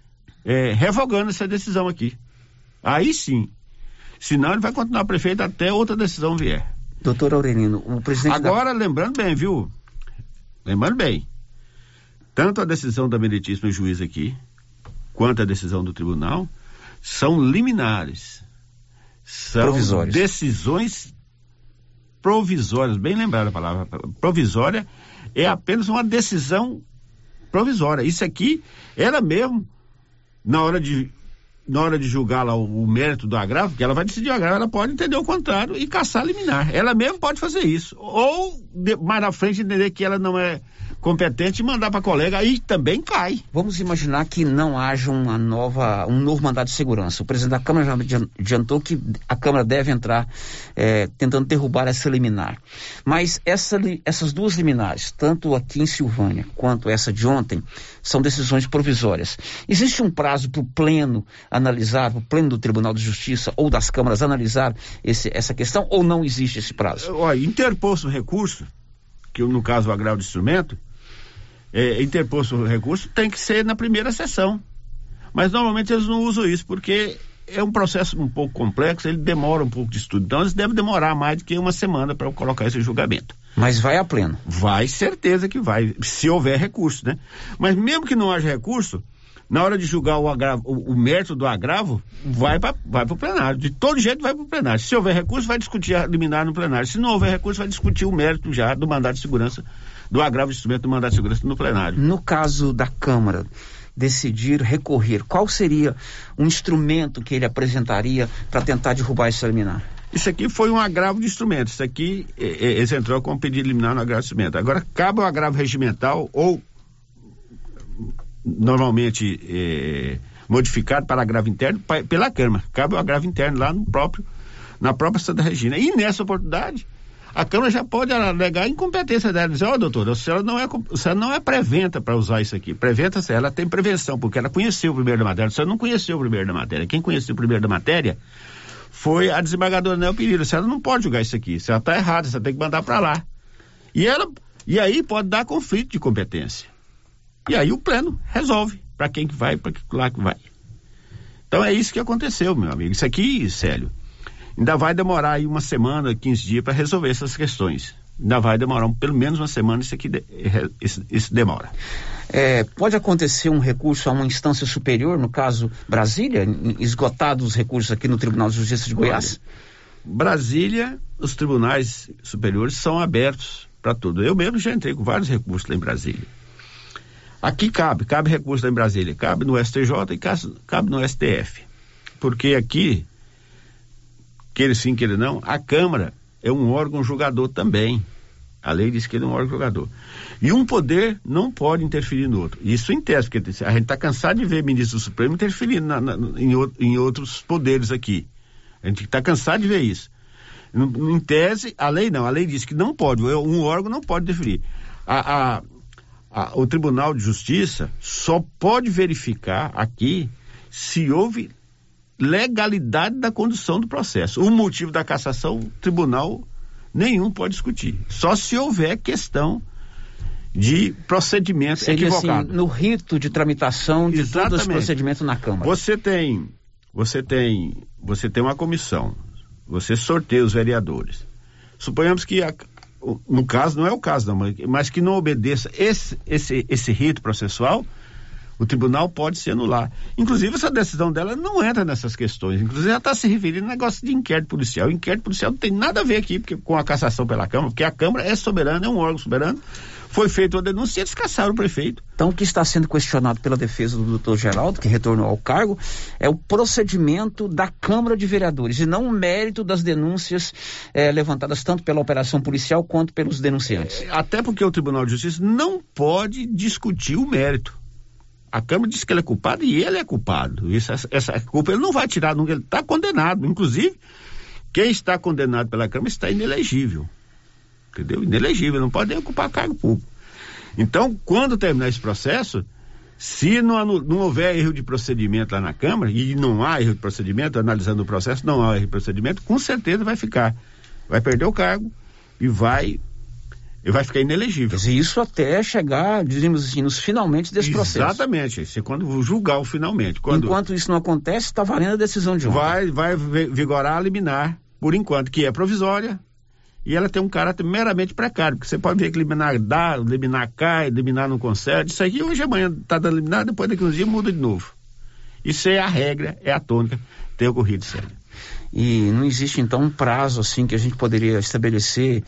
é, revogando essa decisão aqui. Aí sim. Senão ele vai continuar prefeito até outra decisão vier. Doutor Aurelino, o presidente... Agora, da... lembrando bem, viu? Lembrando bem, tanto a decisão da meritíssima juíza aqui, quanto a decisão do tribunal, são liminares. São provisórias. Decisões provisórias, bem lembrada a palavra, provisória é apenas uma decisão provisória. Isso aqui, ela mesmo, na hora de na hora de julgar lá o, o mérito do agravo, que ela vai decidir o agravo, ela pode entender o contrário e caçar liminar. Ela mesmo pode fazer isso. Ou, de, mais na frente, entender que ela não é competente e mandar para colega, aí também cai. Vamos imaginar que não haja uma nova, um novo mandado de segurança. O presidente da Câmara já adiantou que a Câmara deve entrar é, tentando derrubar essa liminar. Mas essa, essas duas liminares, tanto aqui em Silvânia quanto essa de ontem, são decisões provisórias. Existe um prazo para o pleno analisar, para o pleno do Tribunal de Justiça ou das câmaras analisar esse, essa questão, ou não existe esse prazo? Olha, interposto o recurso, que no caso o agravo de instrumento, é, interposto o recurso, tem que ser na primeira sessão. Mas normalmente eles não usam isso, porque é um processo um pouco complexo, ele demora um pouco de estudo. Então eles devem demorar mais do que uma semana para colocar esse julgamento. Mas vai a pleno? Vai, certeza que vai, se houver recurso, né? Mas mesmo que não haja recurso, na hora de julgar o, agravo, o, o mérito do agravo, vai para vai o plenário. De todo jeito vai para o plenário. Se houver recurso, vai discutir a liminar no plenário. Se não houver recurso, vai discutir o mérito já do mandato de segurança, do agravo de instrumento do mandato de segurança no plenário. No caso da Câmara decidir recorrer, qual seria um instrumento que ele apresentaria para tentar derrubar esse liminar? Isso aqui foi um agravo de instrumento. Isso aqui, eles entrou com um pedido liminar no agravo de instrumento. Agora, cabe o agravo regimental ou normalmente é, modificado para agravo interno pra, pela Câmara. Cabe o agravo interno lá no próprio, na própria Santa Regina. E nessa oportunidade, a Câmara já pode alegar a incompetência dela. Dizer, ó, oh, doutor, a senhora não é, a senhora não é preventa para usar isso aqui. Preventa, ela tem prevenção, porque ela conheceu o primeiro da matéria. A senhora não conheceu o primeiro da matéria. Quem conheceu o primeiro da matéria foi a desembargadora Nel Pereira. A senhora não pode julgar isso aqui. A senhora está errada, você tem que mandar para lá. E, ela, e aí pode dar conflito de competência. E aí o pleno resolve para quem que vai, para que lá que vai. Então é isso que aconteceu, meu amigo. Isso aqui, Célio, ainda vai demorar aí uma semana, quinze dias para resolver essas questões. Ainda vai demorar um, pelo menos uma semana, isso aqui de, isso, isso demora. É, pode acontecer um recurso a uma instância superior, no caso Brasília, esgotados os recursos aqui no Tribunal de Justiça de Goiás? Brasília, os tribunais superiores são abertos para tudo. Eu mesmo já entrei com vários recursos lá em Brasília. Aqui cabe, cabe recurso lá em Brasília, cabe no S T J e cabe, cabe no S T F. Porque aqui, queira sim, queira não, a Câmara é um órgão julgador também. A lei diz que ele é um órgão julgador. E um poder não pode interferir no outro. Isso em tese, porque a gente está cansado de ver ministro do Supremo interferindo na, na, em, em outros poderes aqui. A gente está cansado de ver isso. Em tese, a lei não. A lei diz que não pode, um órgão não pode interferir. A... a Ah, o Tribunal de Justiça só pode verificar aqui se houve legalidade da condução do processo. O motivo da cassação, o tribunal nenhum pode discutir. Só se houver questão de procedimento Seria equivocado. Assim, no rito de tramitação de Exatamente. todos os procedimentos na Câmara. Você tem, você tem, você tem uma comissão, você sorteia os vereadores. Suponhamos que a no caso, não é o caso não, mas que não obedeça esse, esse, esse rito processual, o tribunal pode se anular. Inclusive, essa decisão dela não entra nessas questões. Inclusive, ela está se referindo a negócio de inquérito policial. O inquérito policial não tem nada a ver aqui porque, com a cassação pela Câmara, porque a Câmara é soberana, é um órgão soberano. Foi feita uma denúncia e eles cassaram o prefeito. Então, o que está sendo questionado pela defesa do doutor Geraldo, que retornou ao cargo, é o procedimento da Câmara de Vereadores e não o mérito das denúncias eh, levantadas tanto pela operação policial quanto pelos denunciantes. É, até porque o Tribunal de Justiça não pode discutir o mérito. A Câmara diz que ele é culpado e ele é culpado. Isso, essa, essa culpa ele não vai tirar nunca, ele está condenado. Inclusive, quem está condenado pela Câmara está inelegível. Entendeu? Inelegível, não pode nem ocupar cargo público. Então, quando terminar esse processo, se não, não houver erro de procedimento lá na Câmara, e não há erro de procedimento, analisando o processo, não há erro de procedimento, com certeza vai ficar, vai perder o cargo e vai, e vai ficar inelegível. E isso até chegar, dizemos assim, nos finalmente desse processo. Exatamente, isso é quando julgar o finalmente. Quando enquanto isso não acontece, está valendo a decisão de ontem. Vai, vai vigorar a liminar, por enquanto, que é provisória, e ela tem um caráter meramente precário, porque você pode ver que liminar dá, liminar cai, liminar não concede. Isso aqui hoje amanhã está dando liminar, depois daqui uns dias muda de novo. Isso é a regra, é a tônica, tem ocorrido, sério. E não existe então um prazo assim que a gente poderia estabelecer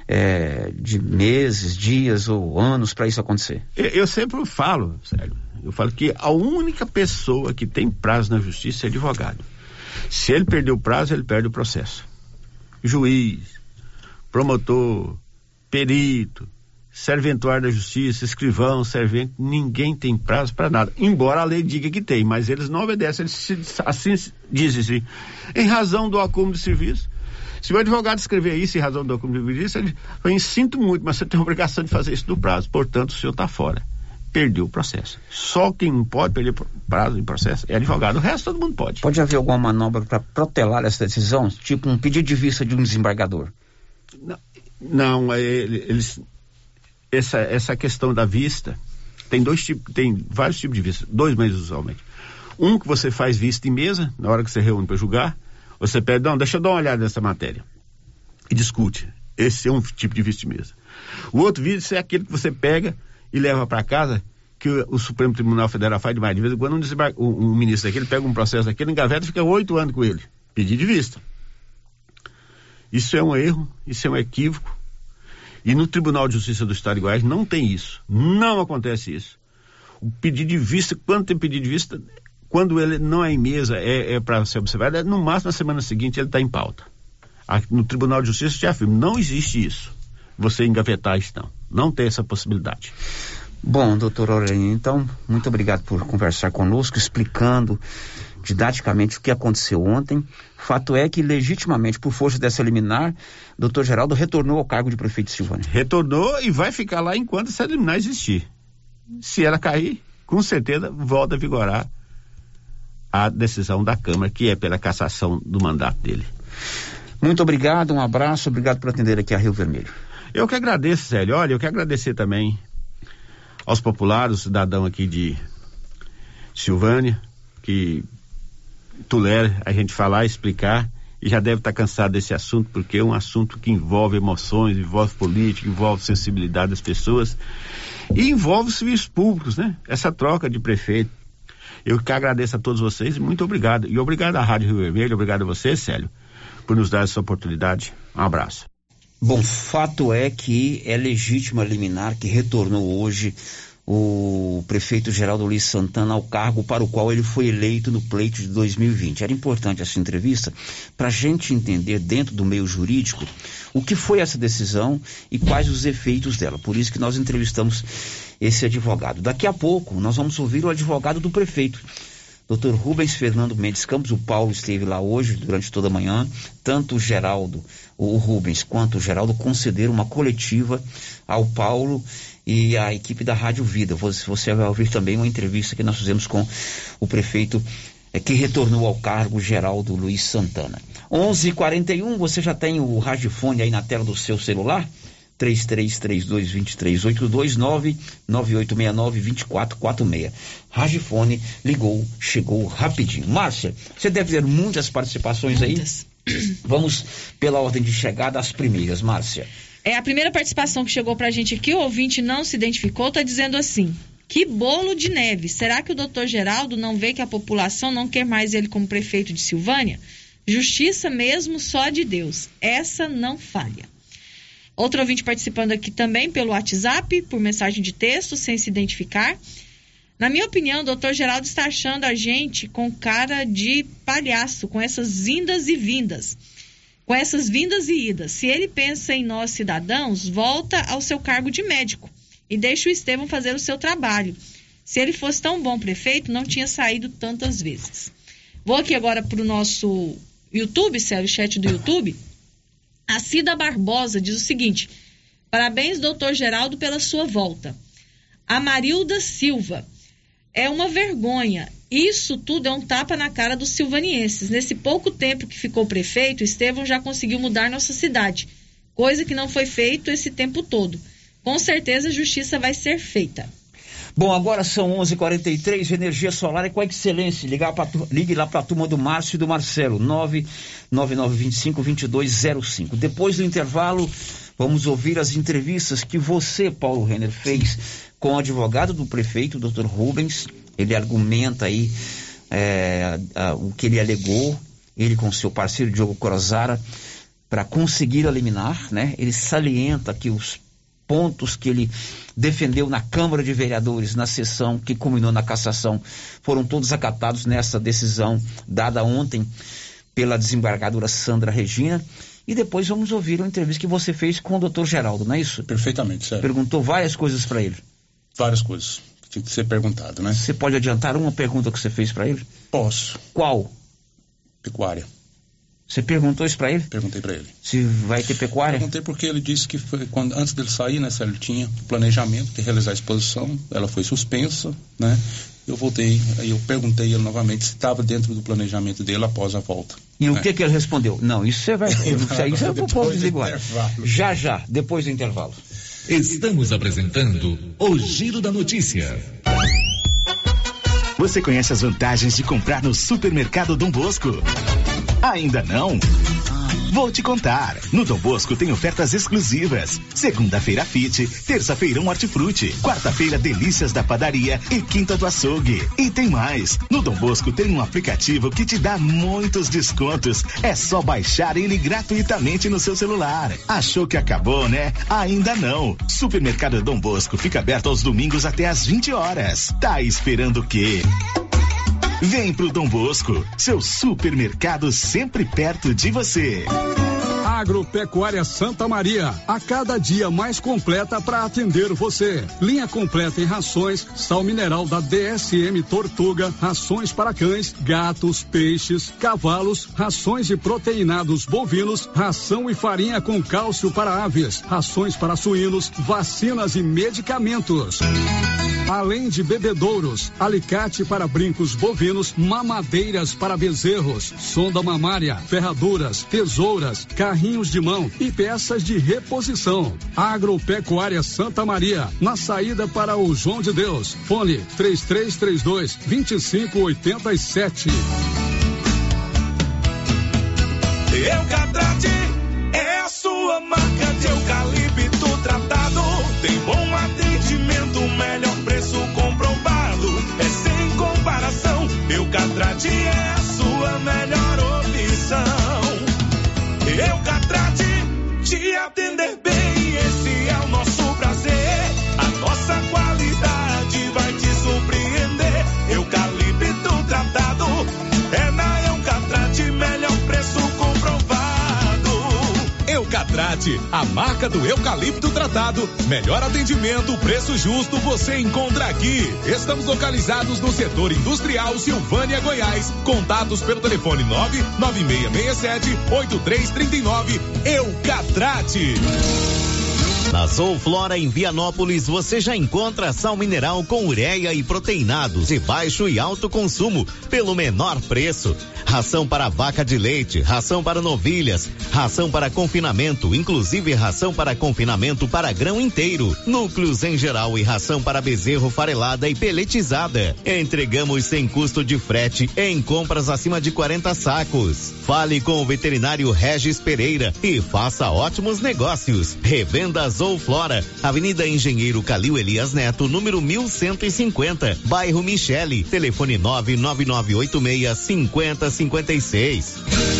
é, de meses, dias ou anos para isso acontecer? Eu, eu sempre falo, sério, eu falo que a única pessoa que tem prazo na justiça é advogado. Se ele perder o prazo, ele perde o processo. Juiz, promotor, perito, serventuário da justiça, escrivão, servente, ninguém tem prazo para nada, embora a lei diga que tem, mas eles não obedecem, eles assim dizem assim, em razão do acúmulo de serviço. Se o advogado escrever isso em razão do acúmulo de serviço, ele fala, sinto muito, mas você tem a obrigação de fazer isso no prazo, portanto o senhor está fora. Perdeu o processo. Só quem não pode perder prazo em processo é advogado, o resto todo mundo pode. Pode haver alguma manobra para protelar essa decisão, tipo um pedido de vista de um desembargador? Não, não eles, essa, essa questão da vista, tem dois tipos, tem vários tipos de vista, dois mais usualmente. Um que você faz vista em mesa, na hora que você reúne para julgar, você pede, não, deixa eu dar uma olhada nessa matéria. E discute. Esse é um tipo de vício de mesa. O outro vício é aquele que você pega e leva para casa, que o, o Supremo Tribunal Federal faz demais. De vez em quando um, desembar- um, um ministro daquele pega um processo daquele, engaveta e fica oito anos com ele. Pedido de vista. Isso é um erro, isso é um equívoco. E no Tribunal de Justiça do Estado de Goiás não tem isso. Não acontece isso. O pedido de vista, quando tem pedido de vista, quando ele não é em mesa, é, é para ser observado, é, no máximo na semana seguinte ele está em pauta. Aqui, no Tribunal de Justiça, já afirmo, não existe isso. Você engavetar isso, não. Não tem essa possibilidade. Bom, doutor Aurélio, então, muito obrigado por conversar conosco, explicando didaticamente o que aconteceu ontem. Fato é que, legitimamente, por força dessa liminar, doutor Geraldo retornou ao cargo de prefeito de Silvânia. Retornou e vai ficar lá enquanto essa liminar existir. Se ela cair, com certeza volta a vigorar a decisão da Câmara, que é pela cassação do mandato dele. Muito obrigado, um abraço, obrigado por atender aqui a Rio Vermelho. Eu que agradeço, Célio. Olha, eu quero agradecer também aos populares, cidadão aqui de Silvânia, que tolera a gente falar, explicar, e já deve estar cansado desse assunto, porque é um assunto que envolve emoções, envolve política, envolve sensibilidade das pessoas e envolve os serviços públicos, né? Essa troca de prefeito. Eu que agradeço a todos vocês e muito obrigado. E obrigado à Rádio Rio Vermelho, obrigado a você, Célio, por nos dar essa oportunidade. Um abraço. Bom, fato é que é legítima liminar que retornou hoje o prefeito Geraldo Luiz Santana ao cargo para o qual ele foi eleito no pleito de dois mil e vinte. Era importante essa entrevista para a gente entender dentro do meio jurídico o que foi essa decisão e quais os efeitos dela. Por isso que nós entrevistamos esse advogado. Daqui a pouco nós vamos ouvir o advogado do prefeito, doutor Rubens Fernando Mendes Campos. O Paulo esteve lá hoje durante toda a manhã. Tanto o Geraldo, o Rubens, quanto o Geraldo concederam uma coletiva ao Paulo e à equipe da Rádio Vida. Você, você vai ouvir também uma entrevista que nós fizemos com o prefeito é, que retornou ao cargo, Geraldo Luiz Santana. onze e quarenta e um, você já tem o radiofone aí na tela do seu celular? três três três dois, dois três oito dois, nove nove oito seis nove, dois quatro quatro seis. Ragifone ligou, chegou rapidinho. Márcia, você deve ter muitas participações muitas. aí. Vamos pela ordem de chegada, as primeiras, Márcia. É, a primeira participação que chegou pra gente aqui, o ouvinte não se identificou, tá dizendo assim: que bolo de neve, será que o doutor Geraldo não vê que a população não quer mais ele como prefeito de Silvânia? Justiça mesmo só de Deus, essa não falha. Outro ouvinte participando aqui também pelo WhatsApp, por mensagem de texto, sem se identificar. Na minha opinião, o doutor Geraldo está achando a gente com cara de palhaço, com essas indas e vindas. Com essas vindas e idas. Se ele pensa em nós cidadãos, volta ao seu cargo de médico e deixa o Estevão fazer o seu trabalho. Se ele fosse tão bom prefeito, não tinha saído tantas vezes. Vou aqui agora para o nosso YouTube, sério, chat do YouTube. A Cida Barbosa diz o seguinte: parabéns, doutor Geraldo, pela sua volta. A Marilda Silva: é uma vergonha. Isso tudo é um tapa na cara dos silvanienses. Nesse pouco tempo que ficou prefeito, Estevão já conseguiu mudar nossa cidade, coisa que não foi feito esse tempo todo. Com certeza a justiça vai ser feita. Bom, agora são onze e quarenta e três, energia solar é com a excelência. Ligar pra, ligue lá para a turma do Márcio e do Marcelo, nove nove nove dois cinco, dois dois zero cinco. Depois do intervalo, vamos ouvir as entrevistas que você, Paulo Renner, fez com o advogado do prefeito, doutor Rubens. Ele argumenta aí é, a, o que ele alegou, ele com seu parceiro Diogo Corozara, para conseguir eliminar, né? Ele salienta que os pontos que ele defendeu na Câmara de Vereadores, na sessão que culminou na cassação, foram todos acatados nessa decisão dada ontem pela desembargadora Sandra Regina. E depois vamos ouvir uma entrevista que você fez com o doutor Geraldo, não é isso? Perfeitamente, sério. Perguntou várias coisas para ele. Várias coisas. Tinha que ser perguntado, né? Você pode adiantar uma pergunta que você fez para ele? Posso. Qual? Pecuária. Você perguntou isso para ele? Perguntei para ele. Se vai ter pecuária? Perguntei porque ele disse que foi quando, antes dele sair, né, ele tinha planejamento de realizar a exposição, ela foi suspensa, né? Eu voltei, aí eu perguntei ele novamente se estava dentro do planejamento dele após a volta. E né? o que que ele respondeu? Não, isso você vai... Isso aí é pro povo desigual. Já, já, depois do intervalo. Estamos apresentando o Giro da Notícia. Você conhece as vantagens de comprar no Supermercado Dom Bosco? Ainda não? Vou te contar. No Dom Bosco tem ofertas exclusivas. Segunda-feira Fit, terça-feira um Hortifruti, quarta-feira delícias da padaria e quinta do açougue. E tem mais. No Dom Bosco tem um aplicativo que te dá muitos descontos. É só baixar ele gratuitamente no seu celular. Achou que acabou, né? Ainda não. Supermercado Dom Bosco fica aberto aos domingos até às vinte horas. Tá esperando o quê? Vem pro Dom Bosco, seu supermercado sempre perto de você. Agropecuária Santa Maria, a cada dia mais completa para atender você. Linha completa em rações, sal mineral da D S M Tortuga, rações para cães, gatos, peixes, cavalos, rações de proteinados bovinos, ração e farinha com cálcio para aves, rações para suínos, vacinas e medicamentos. Além de bebedouros, alicate para brincos bovinos, mamadeiras para bezerros, sonda mamária, ferraduras, tesouras, carrinhos de mão e peças de reposição. Agropecuária Santa Maria, na saída para o João de Deus. Fone três três três dois, dois cinco oito sete. Eucatrate é a sua marca de eucalipto tratado. Tem bom atendimento, melhor preço comprovado. É sem comparação. Eucatrate é a sua melhor opção. Eucatrate, te atender bem, esse é o nosso prazer. A nossa qualidade vai te surpreender. Eucalipto tratado é na Eucatrate, melhor preço comprovado. Eucatrate, a marca do eucalipto tratado. Melhor atendimento, preço justo, você encontra aqui. Estamos localizados no setor industrial Silvânia, Goiás. Contatos pelo telefone nove nove seis seis sete oito três três nove. Eucatrate. Na Zooflora em Vianópolis você já encontra sal mineral com ureia e proteinados de baixo e alto consumo pelo menor preço. Ração para vaca de leite, ração para novilhas, ração para confinamento, inclusive ração para confinamento para grão inteiro, núcleos em geral e ração para bezerro farelada e peletizada. Entregamos sem custo de frete em compras acima de quarenta sacos. Fale com o veterinário Regis Pereira e faça ótimos negócios. Revendas ou Flora, Avenida Engenheiro Calil Elias Neto, número mil cento e cinquenta, bairro Michele, telefone nove nove nove oito seis cinco zero cinco seis.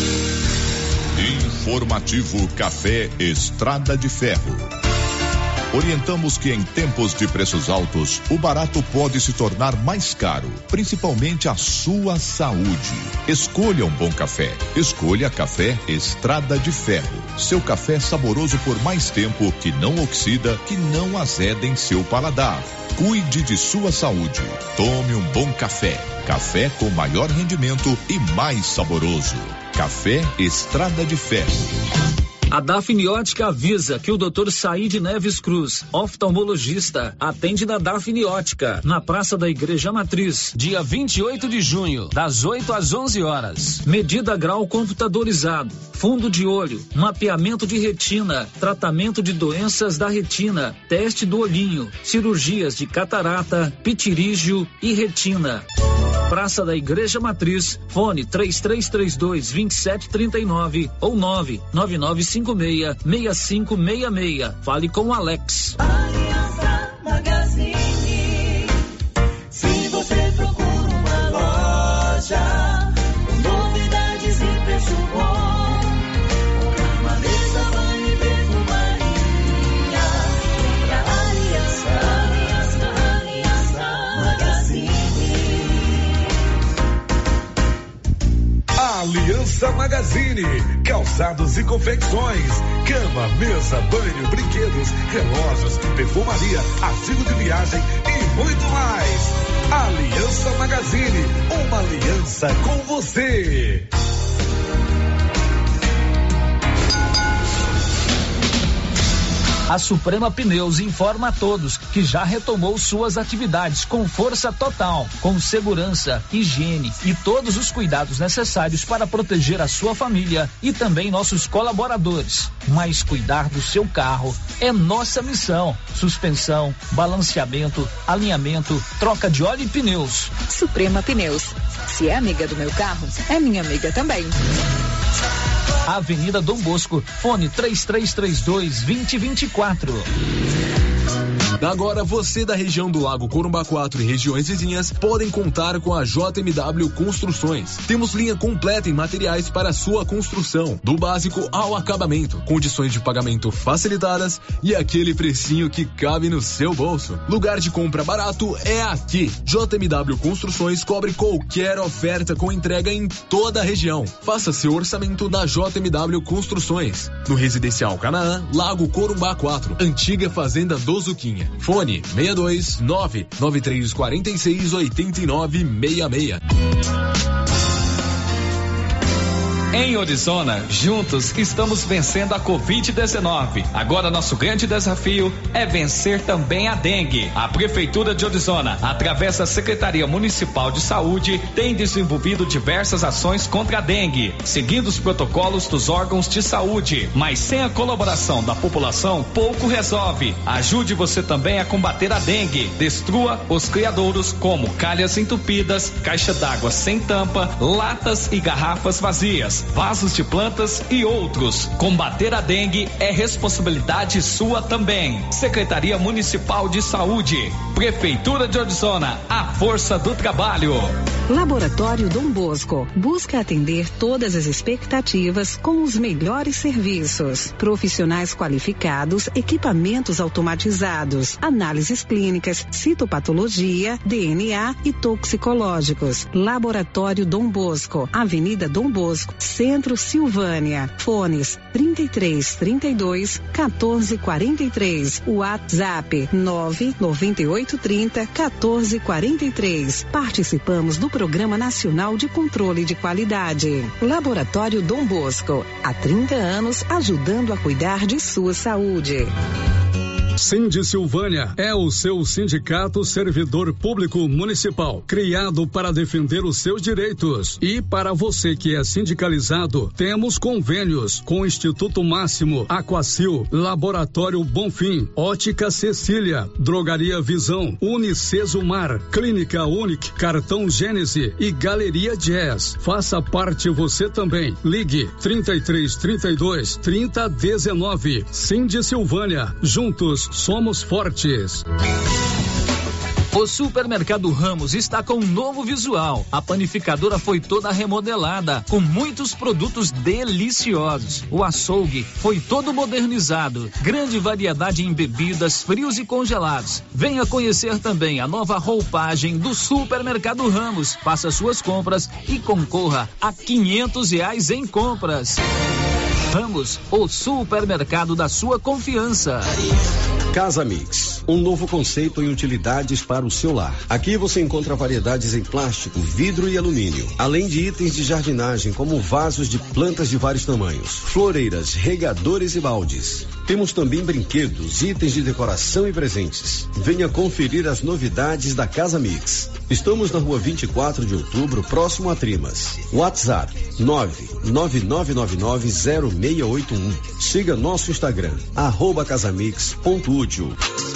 Informativo Café Estrada de Ferro. Orientamos que em tempos de preços altos, o barato pode se tornar mais caro, principalmente a sua saúde. Escolha um bom café. Escolha Café Estrada de Ferro. Seu café saboroso por mais tempo, que não oxida, que não azeda em seu paladar. Cuide de sua saúde. Tome um bom café. Café com maior rendimento e mais saboroso. Café Estrada de Ferro. A Dafniótica avisa que o doutor Saíde Neves Cruz, oftalmologista, atende na Dafniótica, na Praça da Igreja Matriz, dia vinte e oito de junho, das oito às onze horas. Medida grau computadorizado, fundo de olho, mapeamento de retina, tratamento de doenças da retina, teste do olhinho, cirurgias de catarata, pitirígio e retina. Praça da Igreja Matriz, fone três três três dois, dois sete três nove ou nove nove nove cinco seis, seis cinco seis seis. Fale com o Alex. Aliança Magazine. Se você procura uma loja, novidades e preço bom, cama, mesa, banho e perfumaria, pra Aliança, Aliança, Aliança Magazine. Aliança Magazine, calçados e confecções, cama, mesa, banho, brinquedos, relógios, perfumaria, artigo de viagem e muito mais. Aliança Magazine, uma aliança com você. A Suprema Pneus informa a todos que já retomou suas atividades com força total, com segurança, higiene e todos os cuidados necessários para proteger a sua família e também nossos colaboradores. Mas cuidar do seu carro é nossa missão. Suspensão, balanceamento, alinhamento, troca de óleo e pneus. Suprema Pneus. Se é amiga do meu carro, é minha amiga também. Avenida Dom Bosco, fone três três três dois, dois zero dois quatro. Agora você da região do Lago Corumbá quatro e regiões vizinhas podem contar com a J M W Construções. Temos linha completa em materiais para sua construção, do básico ao acabamento, condições de pagamento facilitadas e aquele precinho que cabe no seu bolso. Lugar de compra barato é aqui. J M W Construções cobre qualquer oferta com entrega em toda a região. Faça seu orçamento na J M W Construções. No Residencial Canaã, Lago Corumbá quatro, antiga Fazenda do Zuquinha. Fone seis dois nove nove três quatro seis oito nove seis seis. Em Orizona, juntos estamos vencendo a covid dezenove. Agora nosso grande desafio é vencer também a dengue. A Prefeitura de Orizona, através da Secretaria Municipal de Saúde, tem desenvolvido diversas ações contra a dengue, seguindo os protocolos dos órgãos de saúde. Mas sem a colaboração da população, pouco resolve. Ajude você também a combater a dengue. Destrua os criadouros como calhas entupidas, caixa d'água sem tampa, latas e garrafas vazias, vasos de plantas e outros. Combater a dengue é responsabilidade sua também. Secretaria Municipal de Saúde, Prefeitura de Orizona, a força do trabalho. Laboratório Dom Bosco busca atender todas as expectativas com os melhores serviços. Profissionais qualificados, equipamentos automatizados, análises clínicas, citopatologia, D N A e toxicológicos. Laboratório Dom Bosco, Avenida Dom Bosco, Centro Silvânia. Fones trinta e três, trinta e dois, quatorze, quarenta e três. WhatsApp nove nove oito trinta, quatorze, quarenta e três. Participamos do Programa Nacional de Controle de Qualidade. Laboratório Dom Bosco, há trinta anos ajudando a cuidar de sua saúde. Sindi Silvânia é o seu sindicato servidor público municipal, criado para defender os seus direitos. E para você que é sindicalizado, temos convênios com o Instituto Máximo, Aquacil, Laboratório Bonfim, Ótica Cecília, Drogaria Visão, Unicesumar, Clínica Unic, Cartão Gênese e Galeria Jazz. Faça parte você também. Ligue trinta e três, trinta e dois, trinta, dezenove. Sindi Silvânia, juntos somos fortes. O Supermercado Ramos está com um novo visual. A panificadora foi toda remodelada, com muitos produtos deliciosos. O açougue foi todo modernizado. Grande variedade em bebidas, frios e congelados. Venha conhecer também a nova roupagem do Supermercado Ramos. Faça suas compras e concorra a quinhentos reais em compras. Ramos, o supermercado da sua confiança. Casa Mix, um novo conceito em utilidades para o seu lar. Aqui você encontra variedades em plástico, vidro e alumínio, além de itens de jardinagem como vasos de plantas de vários tamanhos, floreiras, regadores e baldes. Temos também brinquedos, itens de decoração e presentes. Venha conferir as novidades da Casa Mix. Estamos na rua vinte e quatro de outubro, próximo a Trimas. WhatsApp nove nove nove nove nove zero seis oito um. Siga nosso Instagram, arroba casamix ponto útil.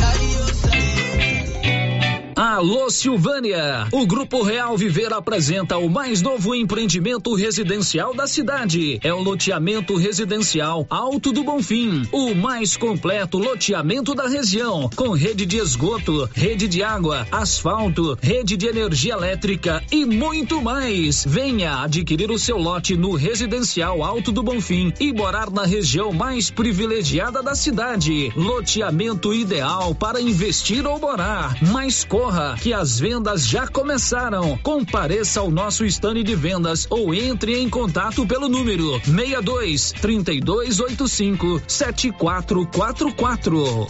Alô Silvânia, o Grupo Real Viver apresenta o mais novo empreendimento residencial da cidade. É o loteamento residencial Alto do Bonfim, o mais completo loteamento da região, com rede de esgoto, rede de água, asfalto, rede de energia elétrica e muito mais. Venha adquirir o seu lote no residencial Alto do Bonfim e morar na região mais privilegiada da cidade. Loteamento ideal para investir ou morar. Mas corra, que as vendas já começaram. Compareça ao nosso stand de vendas ou entre em contato pelo número seis dois, trinta e dois, oitenta e cinco, setenta e quatro quarenta e quatro.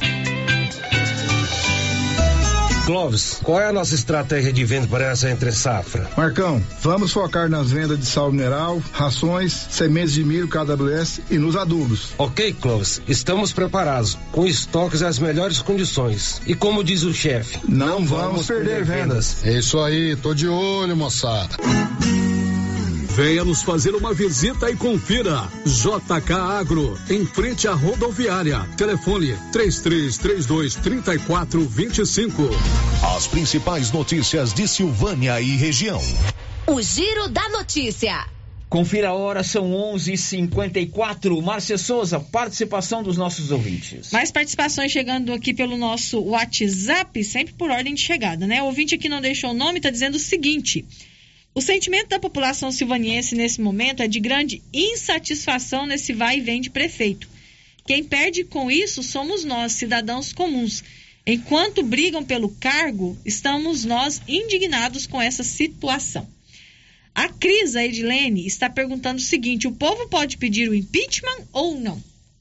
Clóvis, qual é a nossa estratégia de venda para essa entre safra? Marcão, vamos focar nas vendas de sal mineral, rações, sementes de milho K W S e nos adubos. Ok, Clóvis, estamos preparados, com estoques às melhores condições. E como diz o chefe, não, não vamos, vamos perder, perder vendas. vendas. É isso aí, tô de olho, moçada. Venha nos fazer uma visita e confira. J K Agro, em frente à rodoviária. Telefone três três três dois, três quatro dois cinco. As principais notícias de Silvânia e região. O Giro da Notícia. Confira a hora, são onze e cinquenta e quatro. Márcia Souza, participação dos nossos ouvintes. Mais participações chegando aqui pelo nosso WhatsApp, sempre por ordem de chegada, né? O ouvinte aqui não deixou o nome, está dizendo o seguinte: o sentimento da população silvaniense nesse momento é de grande insatisfação nesse vai e vem de prefeito. Quem perde com isso somos nós, cidadãos comuns. Enquanto brigam pelo cargo, estamos nós indignados com essa situação. A Cris, a Edilene, está perguntando o seguinte: o povo pode pedir o impeachment ou não?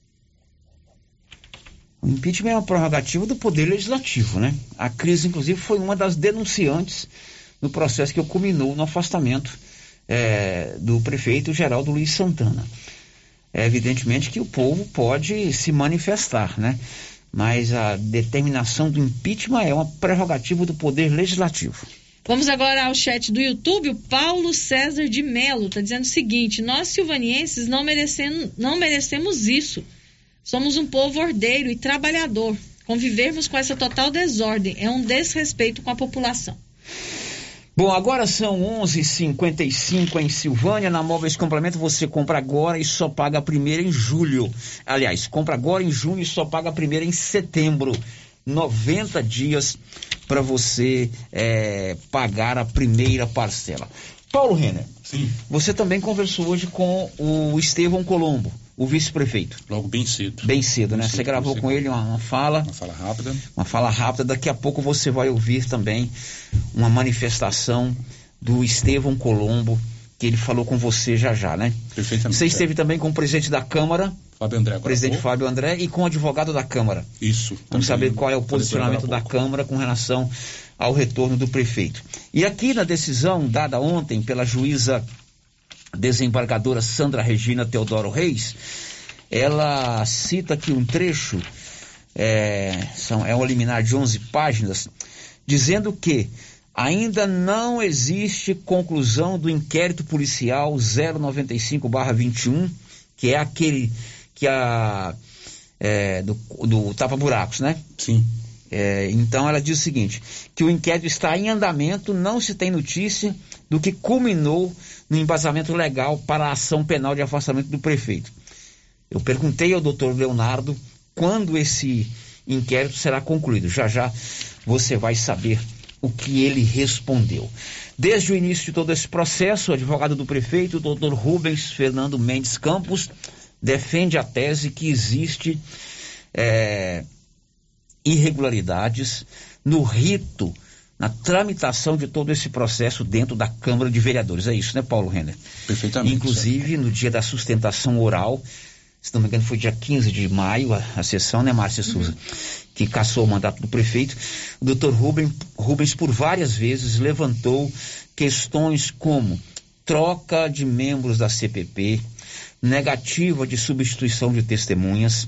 O impeachment é uma prerrogativa do Poder Legislativo, né? A Cris, inclusive, foi uma das denunciantes no processo que culminou no afastamento é, do prefeito Geraldo Luiz Santana. É evidentemente que o povo pode se manifestar, né? Mas a determinação do impeachment é uma prerrogativa do Poder Legislativo. Vamos agora ao chat do YouTube. O Paulo César de Melo está dizendo o seguinte: nós silvanienses não merecemos, não merecemos isso. Somos um povo ordeiro e trabalhador. Convivermos com essa total desordem é um desrespeito com a população. Bom, agora são onze e cinquenta e cinco em Silvânia. Na Móveis Complemento você compra agora e só paga a primeira em julho. Aliás, compra agora em junho e só paga a primeira em setembro. noventa dias para você é, pagar a primeira parcela. Paulo Renner, sim, você também conversou hoje com o Estevão Colombo, o vice-prefeito. Logo bem cedo. Bem cedo, bem né? Cedo, você gravou com ele uma, uma fala. Uma fala rápida. Uma fala rápida. Daqui a pouco você vai ouvir também uma manifestação do Estevão Colombo, que ele falou com você já já, né? Perfeitamente. Você esteve também com o presidente da Câmara, Fábio André, presidente Fábio André, e com o advogado da Câmara. Isso. Vamos saber qual é o posicionamento da Câmara com relação ao retorno do prefeito. E aqui na decisão dada ontem pela juíza desembargadora Sandra Regina Teodoro Reis, ela cita aqui um trecho, é, são, é um liminar de onze páginas, dizendo que ainda não existe conclusão do inquérito policial zero noventa e cinco barra vinte e um, que é aquele que a é, do, do tapa-buracos, né? Sim. É, então ela diz o seguinte, que o inquérito está em andamento, não se tem notícia do que culminou no embasamento legal para a ação penal de afastamento do prefeito. Eu perguntei ao doutor Leonardo quando esse inquérito será concluído. Já já você vai saber o que ele respondeu. Desde o início de todo esse processo, o advogado do prefeito, o doutor Rubens Fernando Mendes Campos, defende a tese que existe é, irregularidades no rito, na tramitação de todo esse processo dentro da Câmara de Vereadores. É isso, né, Paulo Renner? Perfeitamente. Inclusive, certo. No dia da sustentação oral, se não me engano foi dia quinze de maio, a, a sessão, né, Márcia Souza, uhum. que cassou o mandato do prefeito, o doutor Rubens, Rubens por várias vezes levantou questões como troca de membros da C P P, negativa de substituição de testemunhas,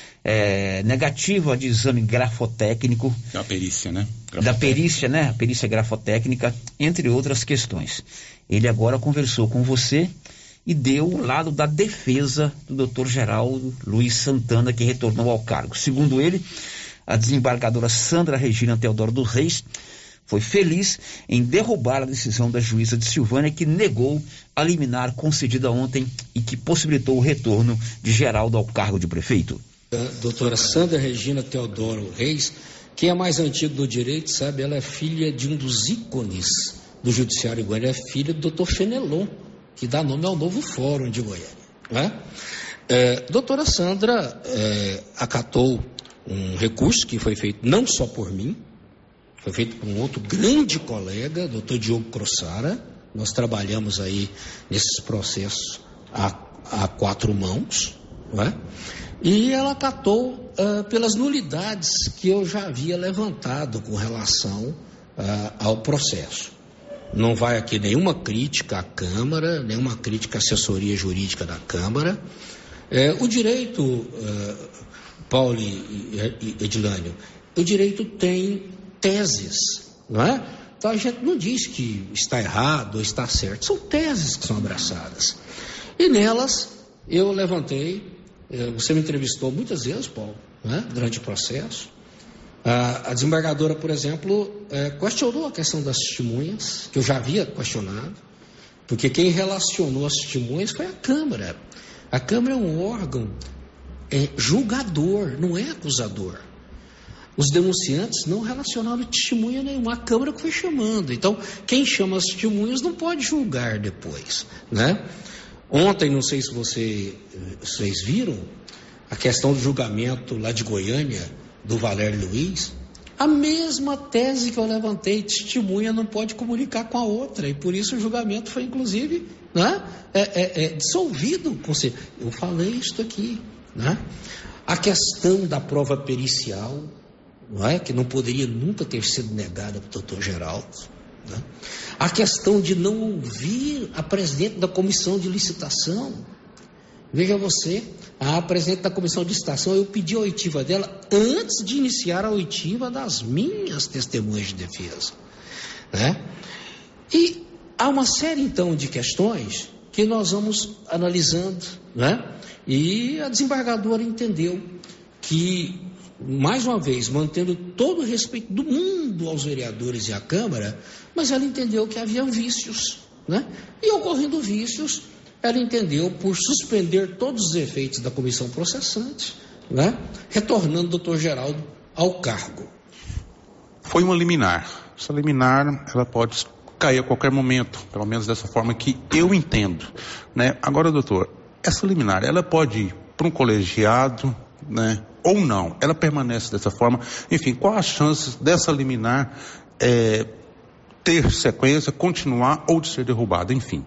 é, negativa de exame grafotécnico. Da perícia, né? Da perícia, né? A perícia grafotécnica, entre outras questões. Ele agora conversou com você e deu o lado da defesa do doutor Geraldo Luiz Santana, que retornou ao cargo. Segundo ele, a desembargadora Sandra Regina Teodoro dos Reis foi feliz em derrubar a decisão da juíza de Silvânia, que negou a liminar concedida ontem e que possibilitou o retorno de Geraldo ao cargo de prefeito. A doutora Sandra Regina Teodoro Reis, quem é mais antigo do direito, sabe, ela é filha de um dos ícones do judiciário goiano, é filha do doutor Fenelon, que dá nome ao novo Fórum de Goiânia. Né? É, doutora Sandra é, acatou um recurso que foi feito não só por mim, foi feito por um outro grande colega, doutor Diogo Crossara. Nós trabalhamos aí nesses processos a, a quatro mãos, né? E ela acatou uh, pelas nulidades que eu já havia levantado com relação uh, ao processo. Não vai aqui nenhuma crítica à Câmara, nenhuma crítica à assessoria jurídica da Câmara. É, o direito, uh, Paulo e Edilânio, o direito tem teses, não é? Então a gente não diz que está errado ou está certo, são teses que são abraçadas. E nelas eu levantei, você me entrevistou muitas vezes, Paulo, né, durante o processo. A, a desembargadora, por exemplo, é, questionou a questão das testemunhas, que eu já havia questionado, porque quem relacionou as testemunhas foi a Câmara. A Câmara é um órgão é, julgador, não é acusador. Os denunciantes não relacionaram testemunha nenhuma, a Câmara que foi chamando. Então, quem chama as testemunhas não pode julgar depois, né? Ontem, não sei se você, vocês viram, a questão do julgamento lá de Goiânia, do Valério Luiz, a mesma tese que eu levantei, testemunha não pode comunicar com a outra, e por isso o julgamento foi, inclusive, né, é, é, é, dissolvido. Eu falei isso aqui, né? A questão da prova pericial, não é? Que não poderia nunca ter sido negada para o doutor Geraldo, né? A questão de não ouvir a presidente da comissão de licitação. Veja você, a presidente da comissão de licitação, eu pedi a oitiva dela antes de iniciar a oitiva das minhas testemunhas de defesa, né? E há uma série, então, de questões que nós vamos analisando, né? E a desembargadora entendeu que, mais uma vez, mantendo todo o respeito do mundo aos vereadores e à Câmara, mas ela entendeu que havia vícios, né? E ocorrendo vícios, ela entendeu por suspender todos os efeitos da comissão processante, né? Retornando o doutor Geraldo ao cargo. Foi uma liminar. Essa liminar, ela pode cair a qualquer momento, pelo menos dessa forma que eu entendo, né? Agora, doutor, essa liminar, ela pode ir para um colegiado, né? Ou não, ela permanece dessa forma. Enfim, qual a chance dessa liminar é, ter sequência, continuar ou de ser derrubada, enfim?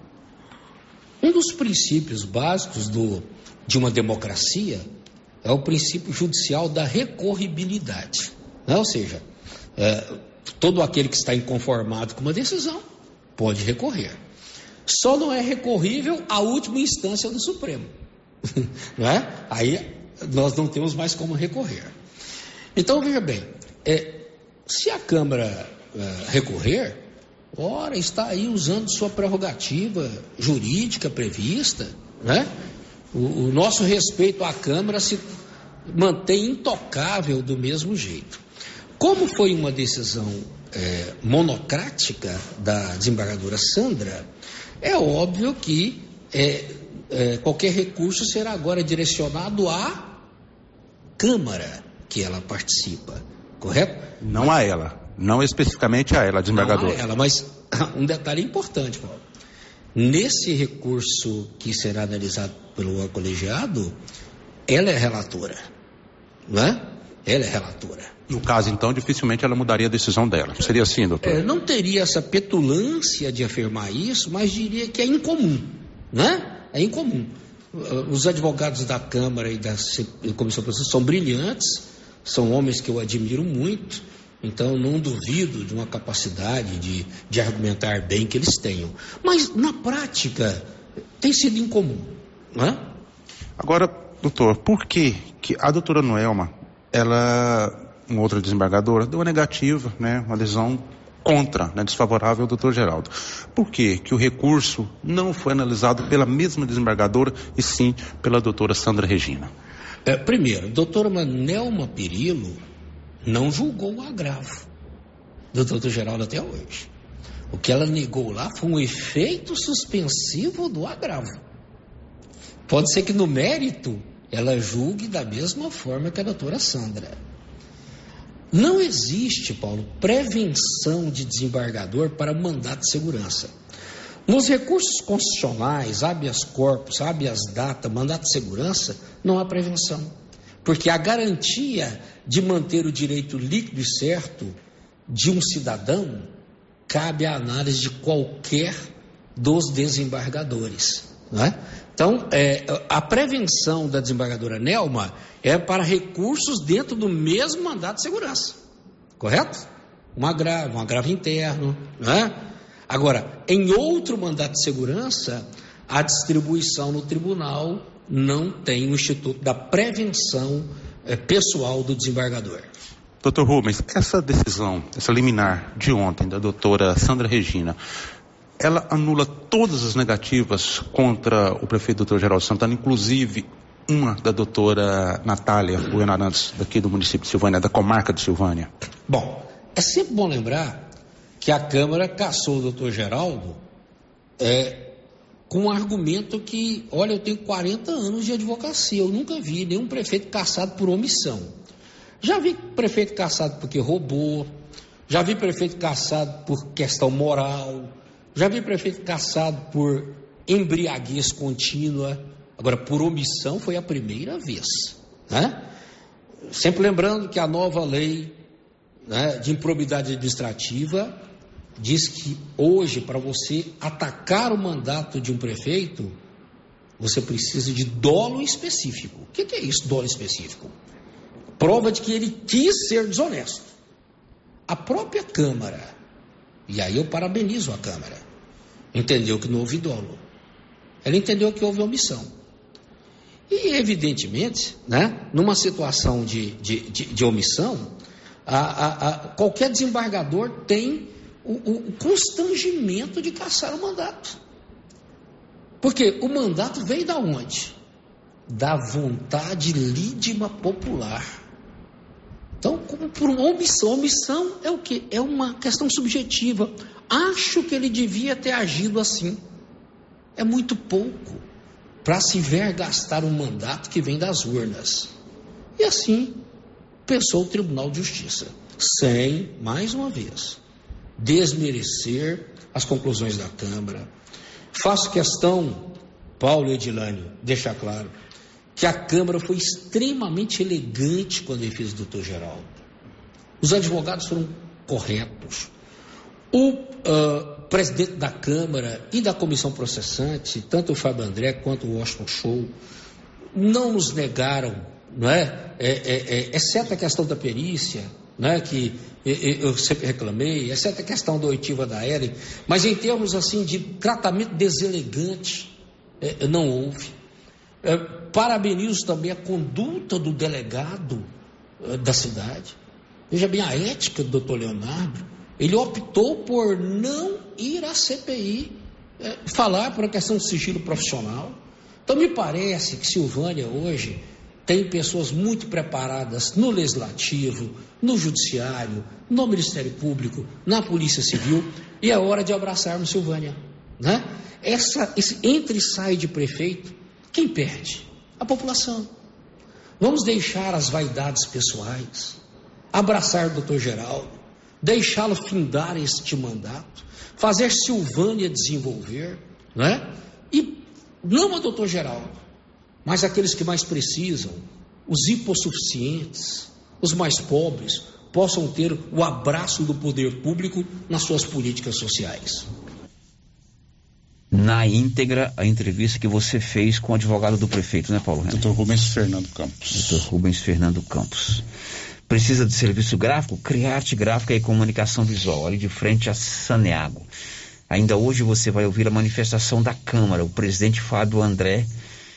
Um dos princípios básicos do, de uma democracia é o princípio judicial da recorribilidade, né? Ou seja, é, todo aquele que está inconformado com uma decisão pode recorrer. Só não é recorrível a última instância do Supremo, não é? Aí nós não temos mais como recorrer. Então, veja bem, é, se a Câmara é, recorrer, ora, está aí usando sua prerrogativa jurídica prevista, né? O, o nosso respeito à Câmara se mantém intocável do mesmo jeito. Como foi uma decisão é, monocrática da desembargadora Sandra, é óbvio que é, é, qualquer recurso será agora direcionado à Câmara que ela participa, correto? Não a ela, não especificamente a ela, a desembargadora. Não a ela, mas um detalhe importante, Paulo. Nesse recurso que será analisado pelo colegiado, ela é relatora, não é? Ela é relatora. No caso, então, dificilmente ela mudaria a decisão dela. Seria assim, doutor? É, não teria essa petulância de afirmar isso, mas diria que é incomum, né? É incomum. Os advogados da Câmara e da Comissão Processual são brilhantes, são homens que eu admiro muito, então não duvido de uma capacidade de, de argumentar bem que eles tenham. Mas, na prática, tem sido incomum, né? Agora, doutor, por que, que a doutora Noelma, ela, uma outra desembargadora, deu uma negativa, né, uma decisão contra, né, desfavorável ao doutor Geraldo? Por que que o recurso não foi analisado pela mesma desembargadora e sim pela doutora Sandra Regina? É, primeiro, a doutora Nelma Perillo não julgou o agravo do doutor Geraldo até hoje. O que ela negou lá foi um efeito suspensivo do agravo. Pode ser que no mérito ela julgue da mesma forma que a doutora Sandra. Não existe, Paulo, prevenção de desembargador para mandato de segurança. Nos recursos constitucionais, habeas corpus, habeas data, mandato de segurança, não há prevenção. Porque a garantia de manter o direito líquido e certo de um cidadão cabe à análise de qualquer dos desembargadores, não é? Então, é, a prevenção da desembargadora Nelma é para recursos dentro do mesmo mandato de segurança, correto? Um agravo, um agravo interno, né? Agora, em outro mandato de segurança, a distribuição no tribunal não tem o Instituto da Prevenção é, Pessoal do Desembargador. Doutor Rubens, essa decisão, essa liminar de ontem da doutora Sandra Regina, ela anula todas as negativas contra o prefeito doutor Geraldo Santana, inclusive uma da doutora Natália Bueno Arantes, daqui do município de Silvânia, da comarca de Silvânia. Bom, é sempre bom lembrar que a Câmara cassou o doutor Geraldo é, com o argumento que, olha, eu tenho quarenta anos de advocacia, eu nunca vi nenhum prefeito cassado por omissão. Já vi prefeito cassado porque roubou, já vi prefeito cassado por questão moral, já vi prefeito cassado por embriaguez contínua. Agora, por omissão foi a primeira vez, né? Sempre lembrando que a nova lei, né, de improbidade administrativa diz que hoje, para você atacar o mandato de um prefeito, você precisa de dolo específico. O que, que é isso, dolo específico? Prova de que ele quis ser desonesto. A própria Câmara, e aí eu parabenizo a Câmara, entendeu que não houve dolo. Ela entendeu que houve omissão. E, evidentemente, né, numa situação de, de, de, de omissão, a, a, a, qualquer desembargador tem o, o constrangimento de cassar o mandato. Porque o mandato veio da onde? Da vontade lídima popular. Então, por uma omissão, omissão é o quê? É uma questão subjetiva. Acho que ele devia ter agido assim. É muito pouco para se vergastar um mandato que vem das urnas. E assim pensou o Tribunal de Justiça, sem, mais uma vez, desmerecer as conclusões da Câmara. Faço questão, Paulo e Edilânio, deixar claro que a Câmara foi extremamente elegante quando ele fez o doutor Geraldo. Os advogados foram corretos. O uh, presidente da Câmara e da comissão processante, tanto o Fábio André quanto o Washington Show, não nos negaram, não é? É, é, é exceto a questão da perícia, não é? Que eu sempre reclamei, exceto a questão da oitiva da Ellen, mas em termos assim de tratamento deselegante, é, não houve. É, parabenizo também a conduta do delegado é, da cidade. Veja bem a ética do doutor Leonardo. Ele optou por não ir à C P I é, falar por uma questão de sigilo profissional. Então me parece que Silvânia hoje tem pessoas muito preparadas no Legislativo, no Judiciário, no Ministério Público, na Polícia Civil, e é hora de abraçarmos Silvânia, né? Essa, esse entra e sai de prefeito, quem perde? A população. Vamos deixar as vaidades pessoais, abraçar o doutor Geraldo, deixá-lo findar este mandato, fazer Silvânia desenvolver, né? E não a doutor Geraldo, mas aqueles que mais precisam, os hipossuficientes, os mais pobres, possam ter o abraço do poder público nas suas políticas sociais. Na íntegra, a entrevista que você fez com o advogado do prefeito, né, Paulo? doutor Rubens Fernando Campos. doutor Rubens Fernando Campos. Precisa de serviço gráfico? Criarte Gráfica e Comunicação Visual, ali de frente a Saneago. Ainda hoje você vai ouvir a manifestação da Câmara, o presidente Fábio André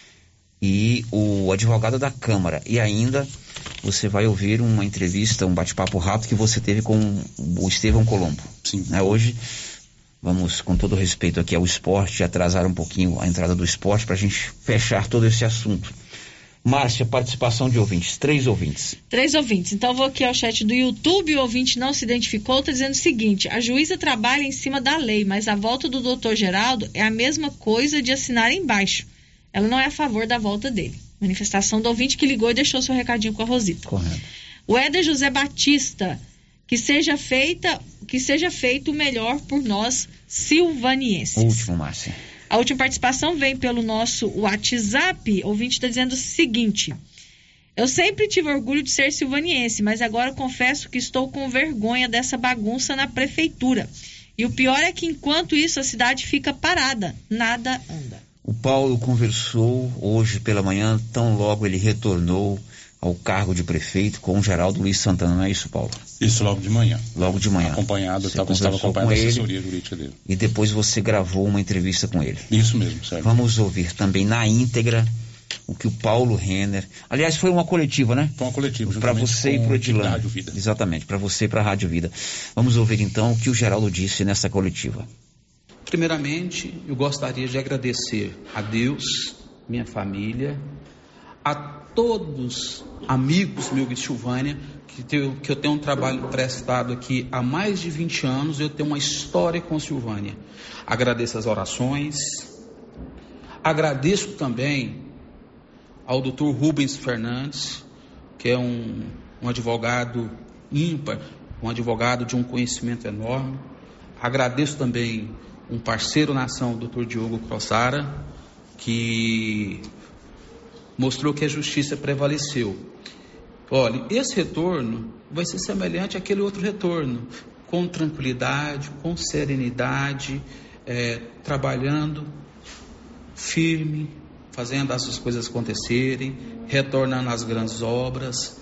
e o advogado da Câmara. E ainda você vai ouvir uma entrevista, um bate-papo rápido que você teve com o Estevão Colombo. Sim. Né? Hoje, vamos, com todo respeito aqui ao esporte, atrasar um pouquinho a entrada do esporte para a gente fechar todo esse assunto. Márcia, participação de ouvintes, três ouvintes. Três ouvintes. Então, vou aqui ao chat do YouTube, o ouvinte não se identificou, está dizendo o seguinte: a juíza trabalha em cima da lei, mas a volta do doutor Geraldo é a mesma coisa de assinar embaixo. Ela não é a favor da volta dele. Manifestação do ouvinte que ligou e deixou seu recadinho com a Rosita. Correto. O Éder José Batista, que seja, feita, que seja feito o melhor por nós silvanienses. Último, Márcia. A última participação vem pelo nosso WhatsApp. O ouvinte está dizendo o seguinte: eu sempre tive orgulho de ser silvaniense, mas agora confesso que estou com vergonha dessa bagunça na prefeitura. E o pior é que enquanto isso a cidade fica parada, nada anda. O Paulo conversou hoje pela manhã, tão logo ele retornou ao cargo de prefeito com o Geraldo Luiz Santana, não é isso, Paulo? Isso, logo de manhã. Logo de manhã. Acompanhado, eu estava, estava acompanhando a assessoria jurídica dele. E depois você gravou uma entrevista com ele. Isso mesmo, sério. Vamos ouvir também na íntegra o que o Paulo Renner... Aliás, foi uma coletiva, né? Foi uma coletiva. Para você e para o Edilânio. Rádio Vida. Exatamente, para você e para a Rádio Vida. Vamos ouvir então o que o Geraldo disse nessa coletiva. Primeiramente, eu gostaria de agradecer a Deus, minha família, a todos amigos meus de Silvânia, que, tenho, que eu tenho um trabalho prestado aqui há mais de vinte anos, eu tenho uma história com Silvânia. Agradeço as orações, Agradeço também ao doutor Rubens Fernandes, que é um, um advogado ímpar, um advogado de um conhecimento enorme. Agradeço também um parceiro na ação, o doutor Diogo Crossara, que mostrou que a justiça prevaleceu. Olha, esse retorno vai ser semelhante àquele outro retorno, com tranquilidade, com serenidade, é, trabalhando firme, fazendo as coisas acontecerem, retornando às grandes obras.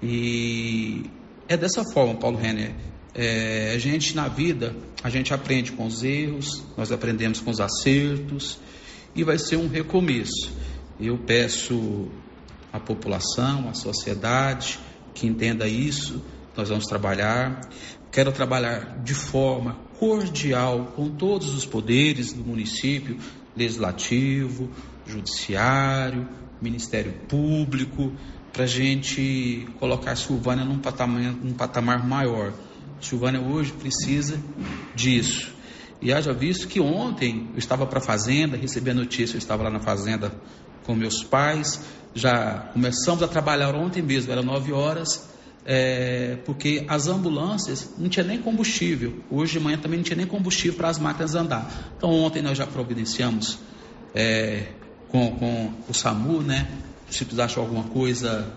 E é dessa forma, Paulo Renner. É, a gente na vida, a gente aprende com os erros, nós aprendemos com os acertos, e vai ser um recomeço. Eu peço à população, à sociedade, que entenda isso. Nós vamos trabalhar. Quero trabalhar de forma cordial com todos os poderes do município, legislativo, judiciário, Ministério Público, para a gente colocar a Silvânia num patamar, num patamar maior. A Silvânia hoje precisa disso. E haja visto que ontem eu estava para a fazenda, recebi a notícia, eu estava lá na fazenda com meus pais, já começamos a trabalhar ontem mesmo, era nove horas, é, porque as ambulâncias não tinha nem combustível. Hoje de manhã também não tinha nem combustível para as máquinas andar. Então ontem nós já providenciamos é, com, com o SAMU, né? Se precisasse alguma coisa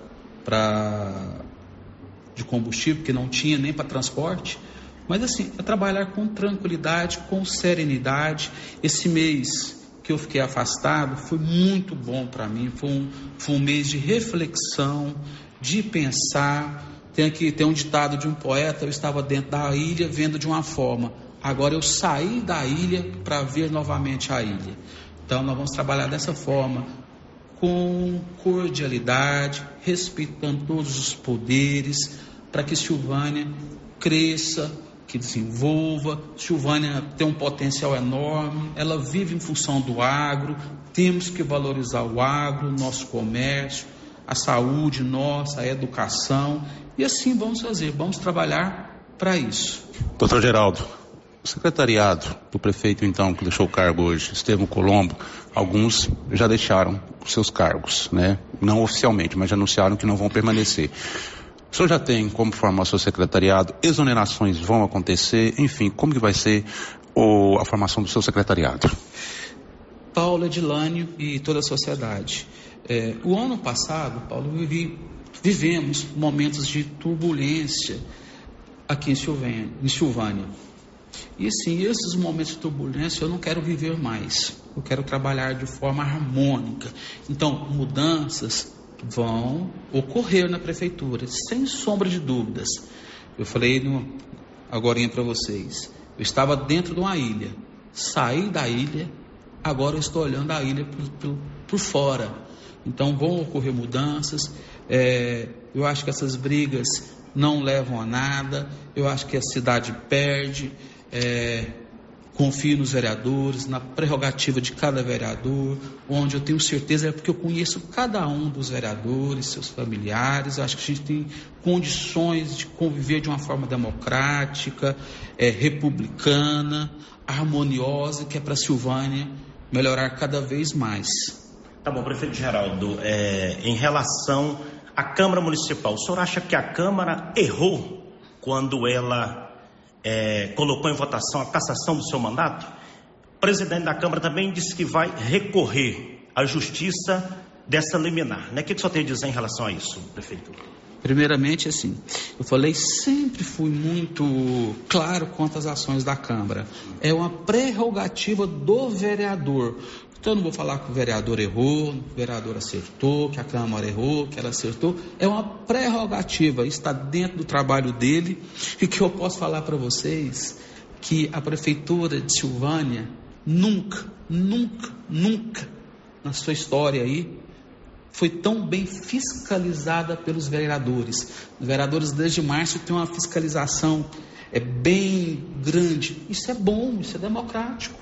para de combustível, que não tinha nem para transporte. Mas assim, é trabalhar com tranquilidade, com serenidade. Esse mês que eu fiquei afastado foi muito bom para mim, foi um, foi um mês de reflexão, de pensar. Tem aqui, tem um ditado de um poeta: eu estava dentro da ilha vendo de uma forma, agora eu saí da ilha para ver novamente a ilha. Então nós vamos trabalhar dessa forma, com cordialidade, respeitando todos os poderes, para que Silvânia cresça, que desenvolva. Silvânia tem um potencial enorme, ela vive em função do agro, temos que valorizar o agro, o nosso comércio, a saúde nossa, a educação, e assim vamos fazer, vamos trabalhar para isso. Doutor Geraldo, o secretariado do prefeito, então, que deixou o cargo hoje, Estevão Colombo, alguns já deixaram os seus cargos, né? Não oficialmente, mas já anunciaram que não vão permanecer. O senhor já tem como formar o seu secretariado? Exonerações vão acontecer? Enfim, como que vai ser o, a formação do seu secretariado? Paulo, Edilânio e toda a sociedade. É, o ano passado, Paulo, vivi, vivemos momentos de turbulência aqui em Silvânia, em Silvânia. E sim, esses momentos de turbulência eu não quero viver mais. Eu quero trabalhar de forma harmônica. Então, mudanças vão ocorrer na prefeitura, sem sombra de dúvidas. Eu falei no, agora para vocês, eu estava dentro de uma ilha, saí da ilha, agora eu estou olhando a ilha por, por, por fora. Então vão ocorrer mudanças. É, eu acho que essas brigas não levam a nada, eu acho que a cidade perde. É, confio nos vereadores, na prerrogativa de cada vereador, onde eu tenho certeza é porque eu conheço cada um dos vereadores, seus familiares. Eu acho que a gente tem condições de conviver de uma forma democrática, é, republicana, harmoniosa, que é para a Silvânia melhorar cada vez mais. Tá bom, prefeito Geraldo, é, em relação à Câmara Municipal, o senhor acha que a Câmara errou quando ela É, colocou em votação a cassação do seu mandato? O presidente da Câmara também disse que vai recorrer à justiça dessa liminar, né? O que, que o senhor tem a dizer em relação a isso, prefeito? Primeiramente, assim, eu falei, sempre fui muito claro quanto às ações da Câmara. É uma prerrogativa do vereador. Então eu não vou falar que o vereador errou, o vereador acertou, que a Câmara errou, que ela acertou. É uma prerrogativa, está dentro do trabalho dele. E que eu posso falar para vocês que a Prefeitura de Silvânia nunca, nunca, nunca, na sua história aí, foi tão bem fiscalizada pelos vereadores. Os vereadores desde março têm uma fiscalização é, bem grande. Isso é bom, isso é democrático.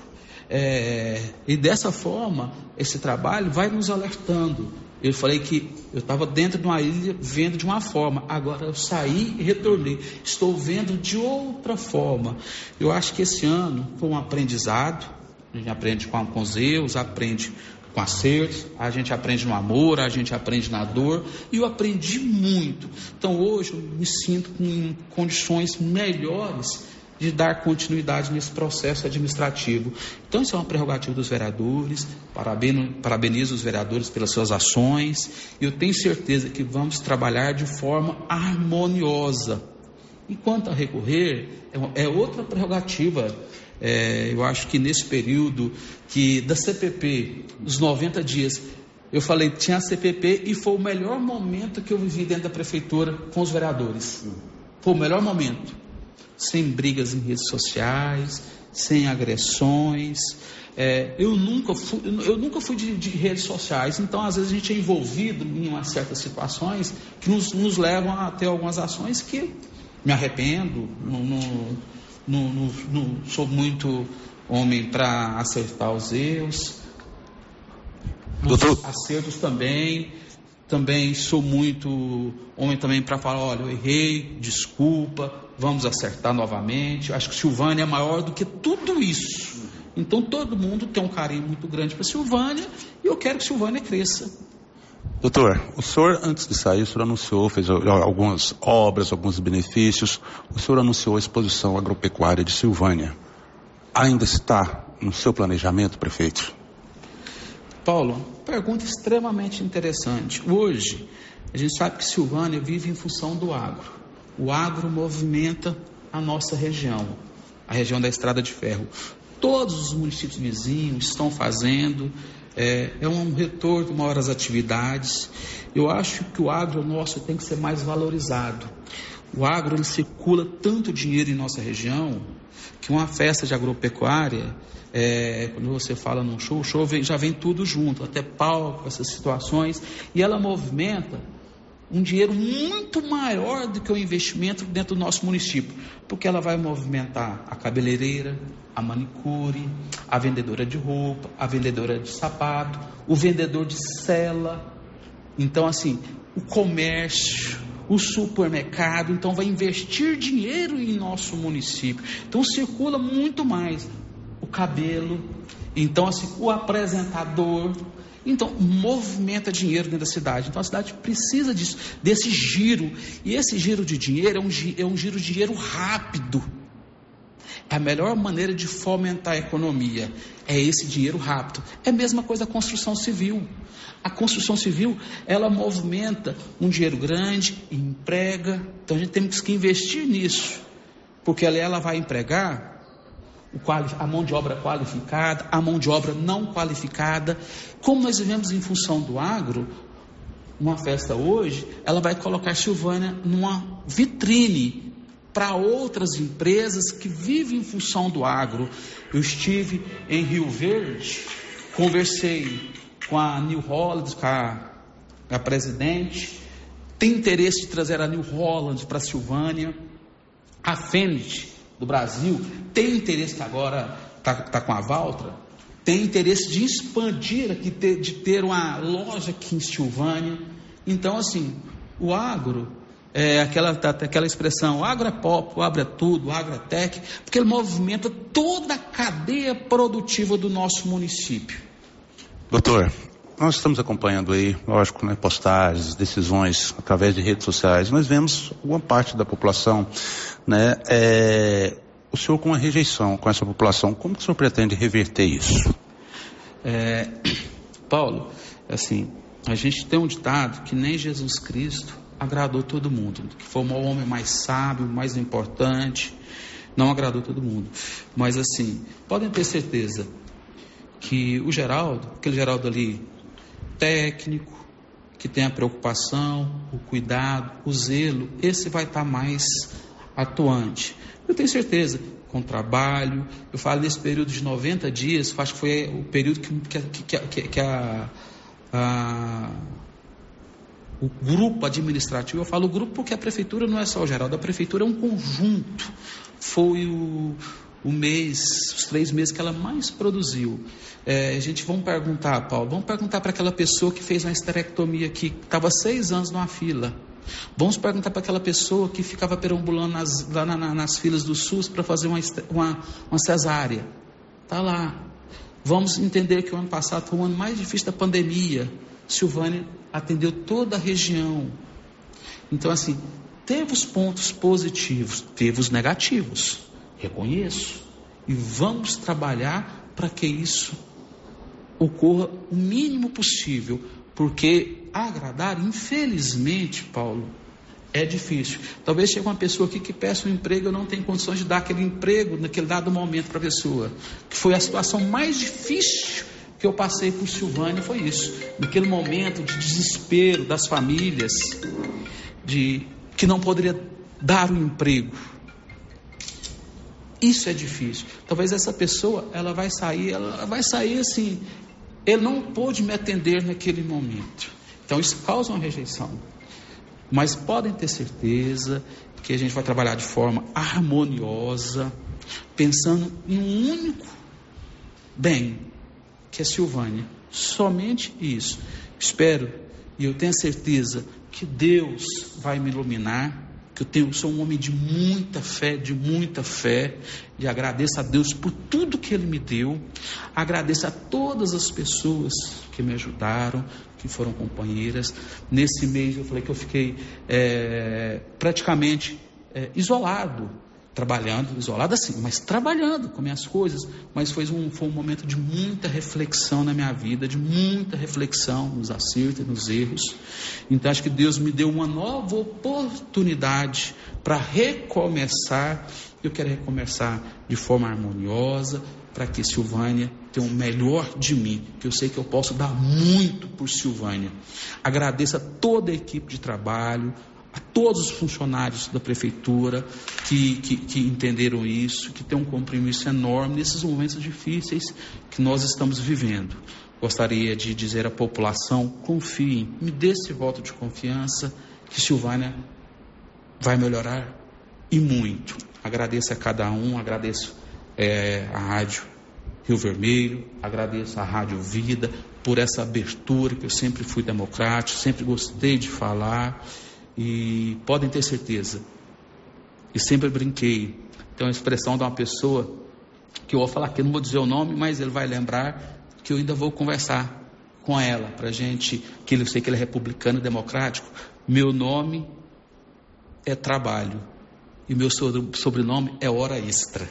É, e dessa forma, esse trabalho vai nos alertando. Eu falei que eu estava dentro de uma ilha vendo de uma forma, agora eu saí e retornei, estou vendo de outra forma. Eu acho que esse ano foi um aprendizado. A gente aprende com, com os erros, aprende com acertos, a gente aprende no amor, a gente aprende na dor, e eu aprendi muito. Então hoje eu me sinto com condições melhores de dar continuidade nesse processo administrativo. Então isso é uma prerrogativa dos vereadores, parabeno, parabenizo os vereadores pelas suas ações, e eu tenho certeza que vamos trabalhar de forma harmoniosa. E quanto a recorrer, é outra prerrogativa. É, eu acho que nesse período que da C P P, os noventa dias, eu falei, tinha a C P P e foi o melhor momento que eu vivi dentro da prefeitura com os vereadores. Foi o melhor momento. Sem brigas em redes sociais, sem agressões. É, eu nunca fui, eu nunca fui de, de redes sociais, então às vezes a gente é envolvido em umas certas situações que nos, nos levam a ter algumas ações que me arrependo, não, não, não, não, não sou muito homem para acertar os erros. Doutor... Acertos também, também sou muito homem também para falar, olha, eu errei, desculpa, vamos acertar novamente. Eu acho que Silvânia é maior do que tudo isso. Então todo mundo tem um carinho muito grande para Silvânia e eu quero que Silvânia cresça. Doutor, o senhor, antes de sair, o senhor anunciou, fez algumas obras, alguns benefícios. O senhor anunciou a exposição agropecuária de Silvânia. Ainda está no seu planejamento, prefeito? Paulo, pergunta extremamente interessante. Hoje, a gente sabe que Silvânia vive em função do agro. O agro movimenta a nossa região, a região da Estrada de Ferro. Todos os municípios vizinhos estão fazendo, é, é um retorno maior às atividades. Eu acho que o agro nosso tem que ser mais valorizado. O agro, ele circula tanto dinheiro em nossa região, que uma festa de agropecuária, é, quando você fala num show, o show vem, já vem tudo junto, até palco, essas situações, e ela movimenta um dinheiro muito maior do que o investimento dentro do nosso município, porque ela vai movimentar a cabeleireira, a manicure, a vendedora de roupa, a vendedora de sapato, o vendedor de sela. Então, assim, o comércio, o supermercado, então vai investir dinheiro em nosso município. Então circula muito mais o cabelo, então assim, o apresentador. Então, movimenta dinheiro dentro da cidade. Então, a cidade precisa disso, desse giro. E esse giro de dinheiro é um, é um giro de dinheiro rápido. É a melhor maneira de fomentar a economia. É esse dinheiro rápido. É a mesma coisa a construção civil. A construção civil, ela movimenta um dinheiro grande, emprega. Então, a gente tem que investir nisso. Porque ela, ela vai empregar a mão de obra qualificada, a mão de obra não qualificada. Como nós vivemos em função do agro, uma festa hoje, ela vai colocar Silvânia numa vitrine para outras empresas que vivem em função do agro. Eu estive em Rio Verde, conversei com a New Holland, com a, a presidente, tem interesse de trazer a New Holland para Silvânia, a Fendt do Brasil tem interesse, que agora está tá com a Valtra, tem interesse de expandir aqui, ter, de ter uma loja aqui em Silvânia. Então, assim, o agro, é aquela, aquela expressão, o agro é pop, o agro é tudo, o agro é tech, porque ele movimenta toda a cadeia produtiva do nosso município. Doutor, nós estamos acompanhando aí, lógico, né, postagens, decisões através de redes sociais. Nós vemos uma parte da população, né, é, o senhor com a rejeição com essa população. Como que o senhor pretende reverter isso? É, Paulo, assim, a gente tem um ditado que nem Jesus Cristo agradou todo mundo, que foi o homem mais sábio, mais importante, não agradou todo mundo. Mas assim, podem ter certeza que o Geraldo, aquele Geraldo ali, técnico, que tem a preocupação, o cuidado, o zelo, esse vai estar mais atuante. Eu tenho certeza, com trabalho, eu falo nesse período de noventa dias, acho que foi o período que, que, que, que a, a, o grupo administrativo, eu falo o grupo porque a prefeitura não é só o Geraldo, a prefeitura é um conjunto, foi o, o mês, os três meses que ela mais produziu. É, a gente, vamos perguntar, Paulo, vamos perguntar para aquela pessoa que fez uma esterectomia aqui, que estava seis anos numa fila. Vamos perguntar para aquela pessoa que ficava perambulando nas, lá na, na, nas filas do SUS para fazer uma, uma, uma cesárea. Está lá. Vamos entender que o ano passado foi o ano mais difícil da pandemia. Silvânia atendeu toda a região. Então, assim, teve os pontos positivos, teve os negativos. Reconheço. E vamos trabalhar para que isso ocorra o mínimo possível. Porque agradar, infelizmente, Paulo, é difícil. Talvez chegue uma pessoa aqui que peça um emprego, eu não tenho condições de dar aquele emprego naquele dado momento para a pessoa. Que foi a situação mais difícil que eu passei por Silvânia, foi isso. Naquele momento de desespero das famílias, de que não poderia dar o um emprego. Isso é difícil. Talvez essa pessoa, ela vai sair, ela vai sair assim, ele não pôde me atender naquele momento. Então isso causa uma rejeição. Mas podem ter certeza que a gente vai trabalhar de forma harmoniosa, pensando em um único bem, que é Silvânia. Somente isso. Espero e eu tenho a certeza que Deus vai me iluminar, que eu tenho, sou um homem de muita fé, de muita fé, e agradeço a Deus por tudo que Ele me deu, agradeço a todas as pessoas que me ajudaram, que foram companheiras. Nesse mês eu falei que eu fiquei é, praticamente é, isolado, trabalhando, isolado assim, mas trabalhando com minhas coisas, mas foi um, foi um momento de muita reflexão na minha vida, de muita reflexão nos acertos e nos erros. Então acho que Deus me deu uma nova oportunidade para recomeçar. Eu quero recomeçar de forma harmoniosa, para que Silvânia tenha o melhor de mim, que eu sei que eu posso dar muito por Silvânia. Agradeço a toda a equipe de trabalho, a todos os funcionários da prefeitura que, que, que entenderam isso, que têm um compromisso enorme nesses momentos difíceis que nós estamos vivendo. Gostaria de dizer à população, confiem, me dê esse voto de confiança, que Silvânia vai melhorar e muito. Agradeço a cada um, agradeço é, a Rádio Rio Vermelho, agradeço a Rádio Vida por essa abertura, que eu sempre fui democrático, sempre gostei de falar. E podem ter certeza, e sempre brinquei, tem uma expressão de uma pessoa, que eu vou falar aqui, não vou dizer o nome, mas ele vai lembrar, que eu ainda vou conversar com ela, para a gente, que eu sei que ele é republicano e democrático. Meu nome é trabalho, e meu sobrenome é hora extra.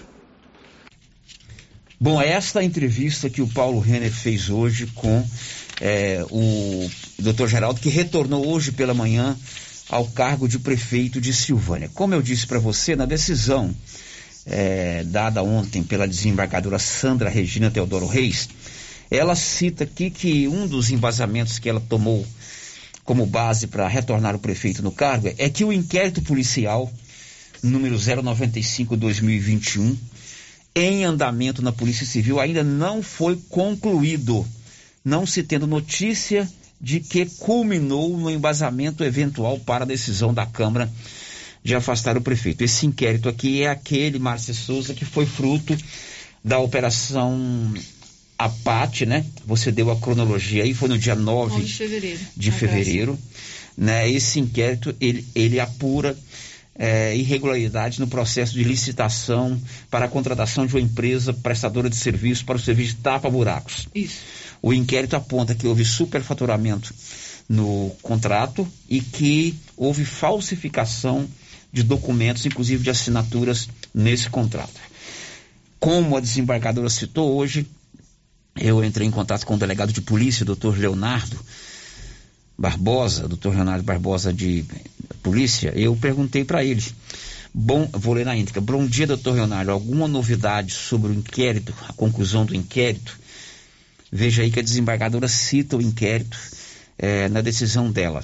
Bom, esta entrevista que o Paulo Renner fez hoje com é, o doutor Geraldo, que retornou hoje pela manhã ao cargo de prefeito de Silvânia. Como eu disse para você, na decisão é, dada ontem pela desembargadora Sandra Regina Teodoro Reis, ela cita aqui que um dos embasamentos que ela tomou como base para retornar o prefeito no cargo é que o inquérito policial número zero noventa e cinco barra dois mil e vinte e um, em andamento na Polícia Civil, ainda não foi concluído, não se tendo notícia de que culminou no embasamento eventual para a decisão da Câmara de afastar o prefeito. Esse inquérito aqui é aquele, Márcia Souza, que foi fruto da operação Apate, né? Você deu a cronologia aí, foi no dia nove de fevereiro. De fevereiro, né? Esse inquérito, ele, ele apura é, irregularidades no processo de licitação para a contratação de uma empresa prestadora de serviço para o serviço de tapa-buracos. Isso. O inquérito aponta que houve superfaturamento no contrato e que houve falsificação de documentos, inclusive de assinaturas, nesse contrato. Como a desembargadora citou hoje, eu entrei em contato com o delegado de polícia, doutor Leonardo Barbosa, doutor Leonardo Barbosa de polícia. Eu perguntei para ele, bom, vou ler na íntegra, bom dia, doutor Leonardo, alguma novidade sobre o inquérito, a conclusão do inquérito? Veja aí que a desembargadora cita o inquérito é, na decisão dela.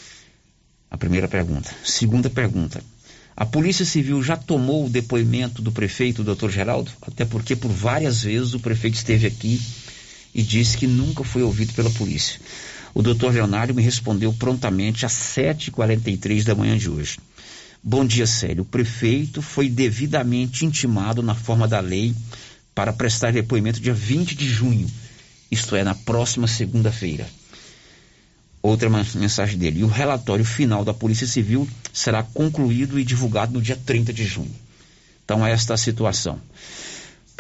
A primeira pergunta. Segunda pergunta. A Polícia Civil já tomou o depoimento do prefeito, doutor Geraldo? Até porque por várias vezes o prefeito esteve aqui e disse que nunca foi ouvido pela polícia. O doutor Leonardo me respondeu prontamente às sete e quarenta e três da manhã de hoje. Bom dia, Célio. O prefeito foi devidamente intimado na forma da lei para prestar depoimento dia vinte de junho. Isto é, na próxima segunda-feira. Outra mensagem dele. E o relatório final da Polícia Civil será concluído e divulgado no dia trinta de junho. Então, esta é a situação.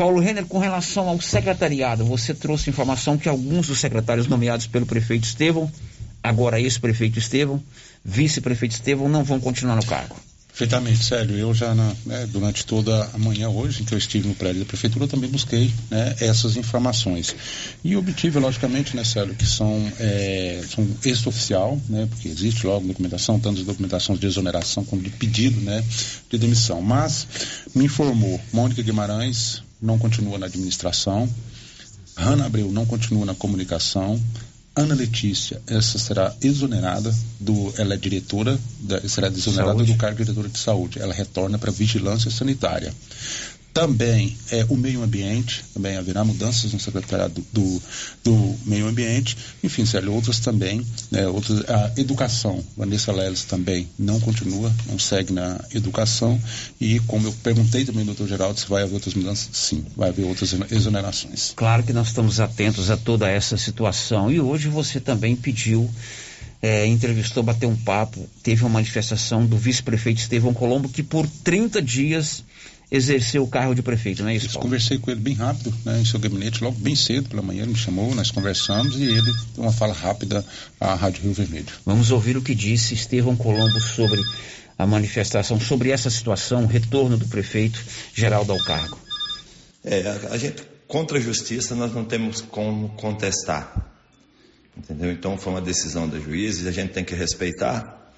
Paulo Renner, com relação ao secretariado, você trouxe informação que alguns dos secretários nomeados pelo prefeito Estevão, agora ex-prefeito Estevão, vice-prefeito Estevão, não vão continuar no cargo. Perfeitamente, Célio. Eu já, na, né, durante toda a manhã hoje, em que eu estive no prédio da prefeitura, também busquei, né, essas informações. E obtive, logicamente, né, Célio, que são, é, são extra-oficial, né, porque existe logo documentação, tanto de documentação de exoneração como de pedido, né, de demissão. Mas me informou, Mônica Guimarães não continua na administração, Hanna Abreu não continua na comunicação, Ana Letícia, essa será exonerada do, ela é diretora, da, será exonerada saúde. do cargo de diretora de saúde. Ela retorna para vigilância sanitária. Também é, o meio ambiente, também haverá mudanças no secretariado do, do, do meio ambiente. Enfim, Célio, outras também, né, outras, a educação, Vanessa Leles também não continua, não segue na educação. E como eu perguntei também ao doutor Geraldo se vai haver outras mudanças, sim, vai haver outras exonerações. Claro que nós estamos atentos a toda essa situação. E hoje você também pediu, é, entrevistou, bateu um papo, teve uma manifestação do vice-prefeito Estevão Colombo, que por trinta dias exerceu o cargo de prefeito, não é isso, Paulo? Conversei com ele bem rápido, né, em seu gabinete, logo bem cedo pela manhã, ele me chamou, nós conversamos e ele deu uma fala rápida à Rádio Rio Vermelho. Vamos ouvir o que disse Estevão Colombo sobre a manifestação, sobre essa situação, o retorno do prefeito Geraldo ao cargo. É, a, a gente, contra a justiça, nós não temos como contestar, entendeu? Então foi uma decisão da juíza, a gente tem que respeitar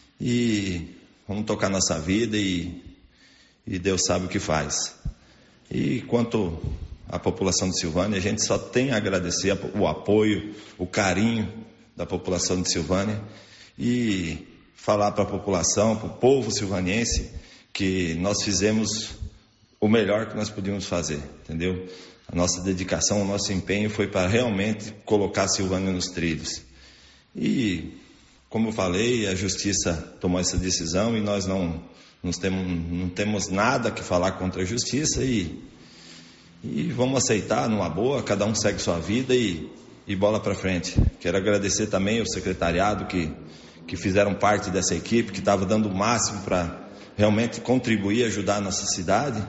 e vamos tocar nossa vida e E Deus sabe o que faz. E quanto à população de Silvânia, a gente só tem a agradecer o apoio, o carinho da população de Silvânia e falar para a população, para o povo silvaniense, que nós fizemos o melhor que nós podíamos fazer, entendeu? A nossa dedicação, o nosso empenho foi para realmente colocar a Silvânia nos trilhos. E, como eu falei, a justiça tomou essa decisão e nós não... Nós temos, não temos nada que falar contra a justiça e, e vamos aceitar numa boa, cada um segue sua vida e, e bola para frente. Quero agradecer também ao secretariado que, que fizeram parte dessa equipe, que estava dando o máximo para realmente contribuir, ajudar a nossa cidade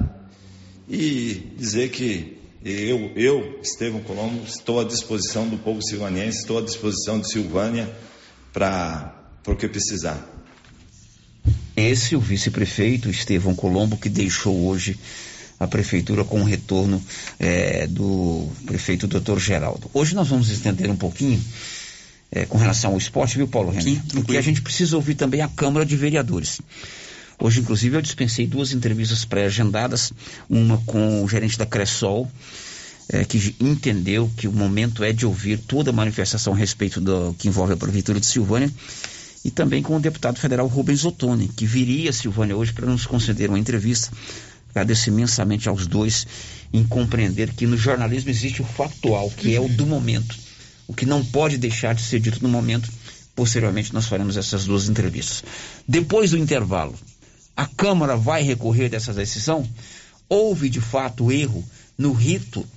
e dizer que eu, eu, Estevão Colombo, estou à disposição do povo silvaniense, estou à disposição de Silvânia para o que precisar. Esse é o vice-prefeito Estevão Colombo, que deixou hoje a prefeitura com o retorno é, do prefeito doutor Geraldo. Hoje nós vamos estender um pouquinho é, com relação ao esporte, viu, Paulo Renner? Sim, porque a gente precisa ouvir também a Câmara de Vereadores. Hoje, inclusive, eu dispensei duas entrevistas pré-agendadas, uma com o gerente da Cressol, é, que entendeu que o momento é de ouvir toda a manifestação a respeito do que envolve a prefeitura de Silvânia, e também com o deputado federal Rubens Ottoni, que viria a Silvânia hoje para nos conceder uma entrevista. Agradeço imensamente aos dois em compreender que no jornalismo existe o factual, que é o do momento. O que não pode deixar de ser dito no momento. Posteriormente nós faremos essas duas entrevistas. Depois do intervalo, a Câmara vai recorrer dessa decisão? Houve de fato erro no rito,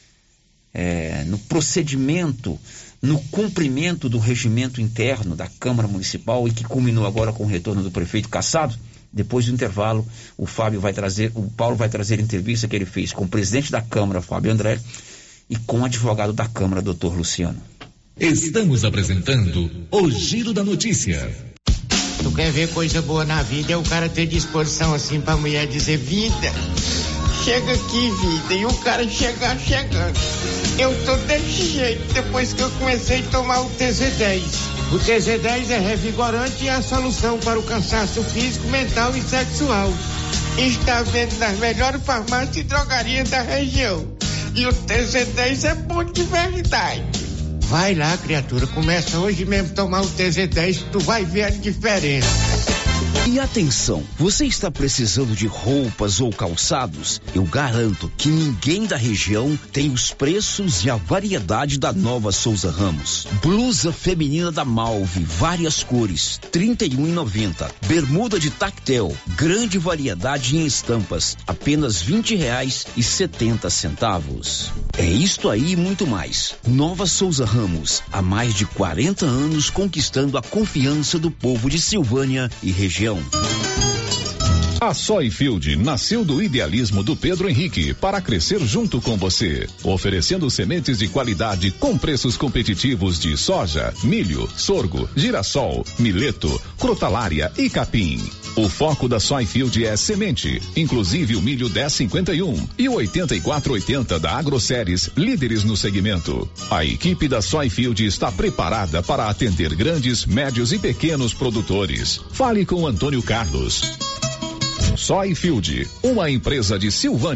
é, no procedimento, no cumprimento do regimento interno da Câmara Municipal e que culminou agora com o retorno do prefeito Cassado? Depois do intervalo, o Fábio vai trazer, o Paulo vai trazer a entrevista que ele fez com o presidente da Câmara, Fábio André, e com o advogado da Câmara, doutor Luciano. Estamos apresentando o Giro da Notícia. Tu quer ver coisa boa na vida, é o cara ter disposição assim pra mulher dizer vida. Chega aqui, vida, e o cara chegar chegando. Eu tô desse jeito depois que eu comecei a tomar o T Z dez. O T Z dez é revigorante e é a solução para o cansaço físico, mental e sexual. Está vendo nas melhores farmácias e drogarias da região. E o T Z dez é bom de verdade. Vai lá, criatura, começa hoje mesmo a tomar o T Z dez, tu vai ver a diferença. E atenção, você está precisando de roupas ou calçados? Eu garanto que ninguém da região tem os preços e a variedade da Nova Souza Ramos. Blusa feminina da Malve, várias cores, trinta e um reais e noventa centavos. Bermuda de tactel, grande variedade em estampas, apenas vinte reais e setenta centavos. É isto aí e muito mais. Nova Souza Ramos, há mais de quarenta anos conquistando a confiança do povo de Silvânia e região. A Soyfield nasceu do idealismo do Pedro Henrique para crescer junto com você, oferecendo sementes de qualidade com preços competitivos de soja, milho, sorgo, girassol, mileto, crotalária e capim. O foco da Soyfield é semente, inclusive o milho dez cinquenta e um e o oitenta e quatro oitenta da Agroceres, líderes no segmento. A equipe da Soyfield está preparada para atender grandes, médios e pequenos produtores. Fale com Antônio Carlos. Soyfield, uma empresa de Silvânia.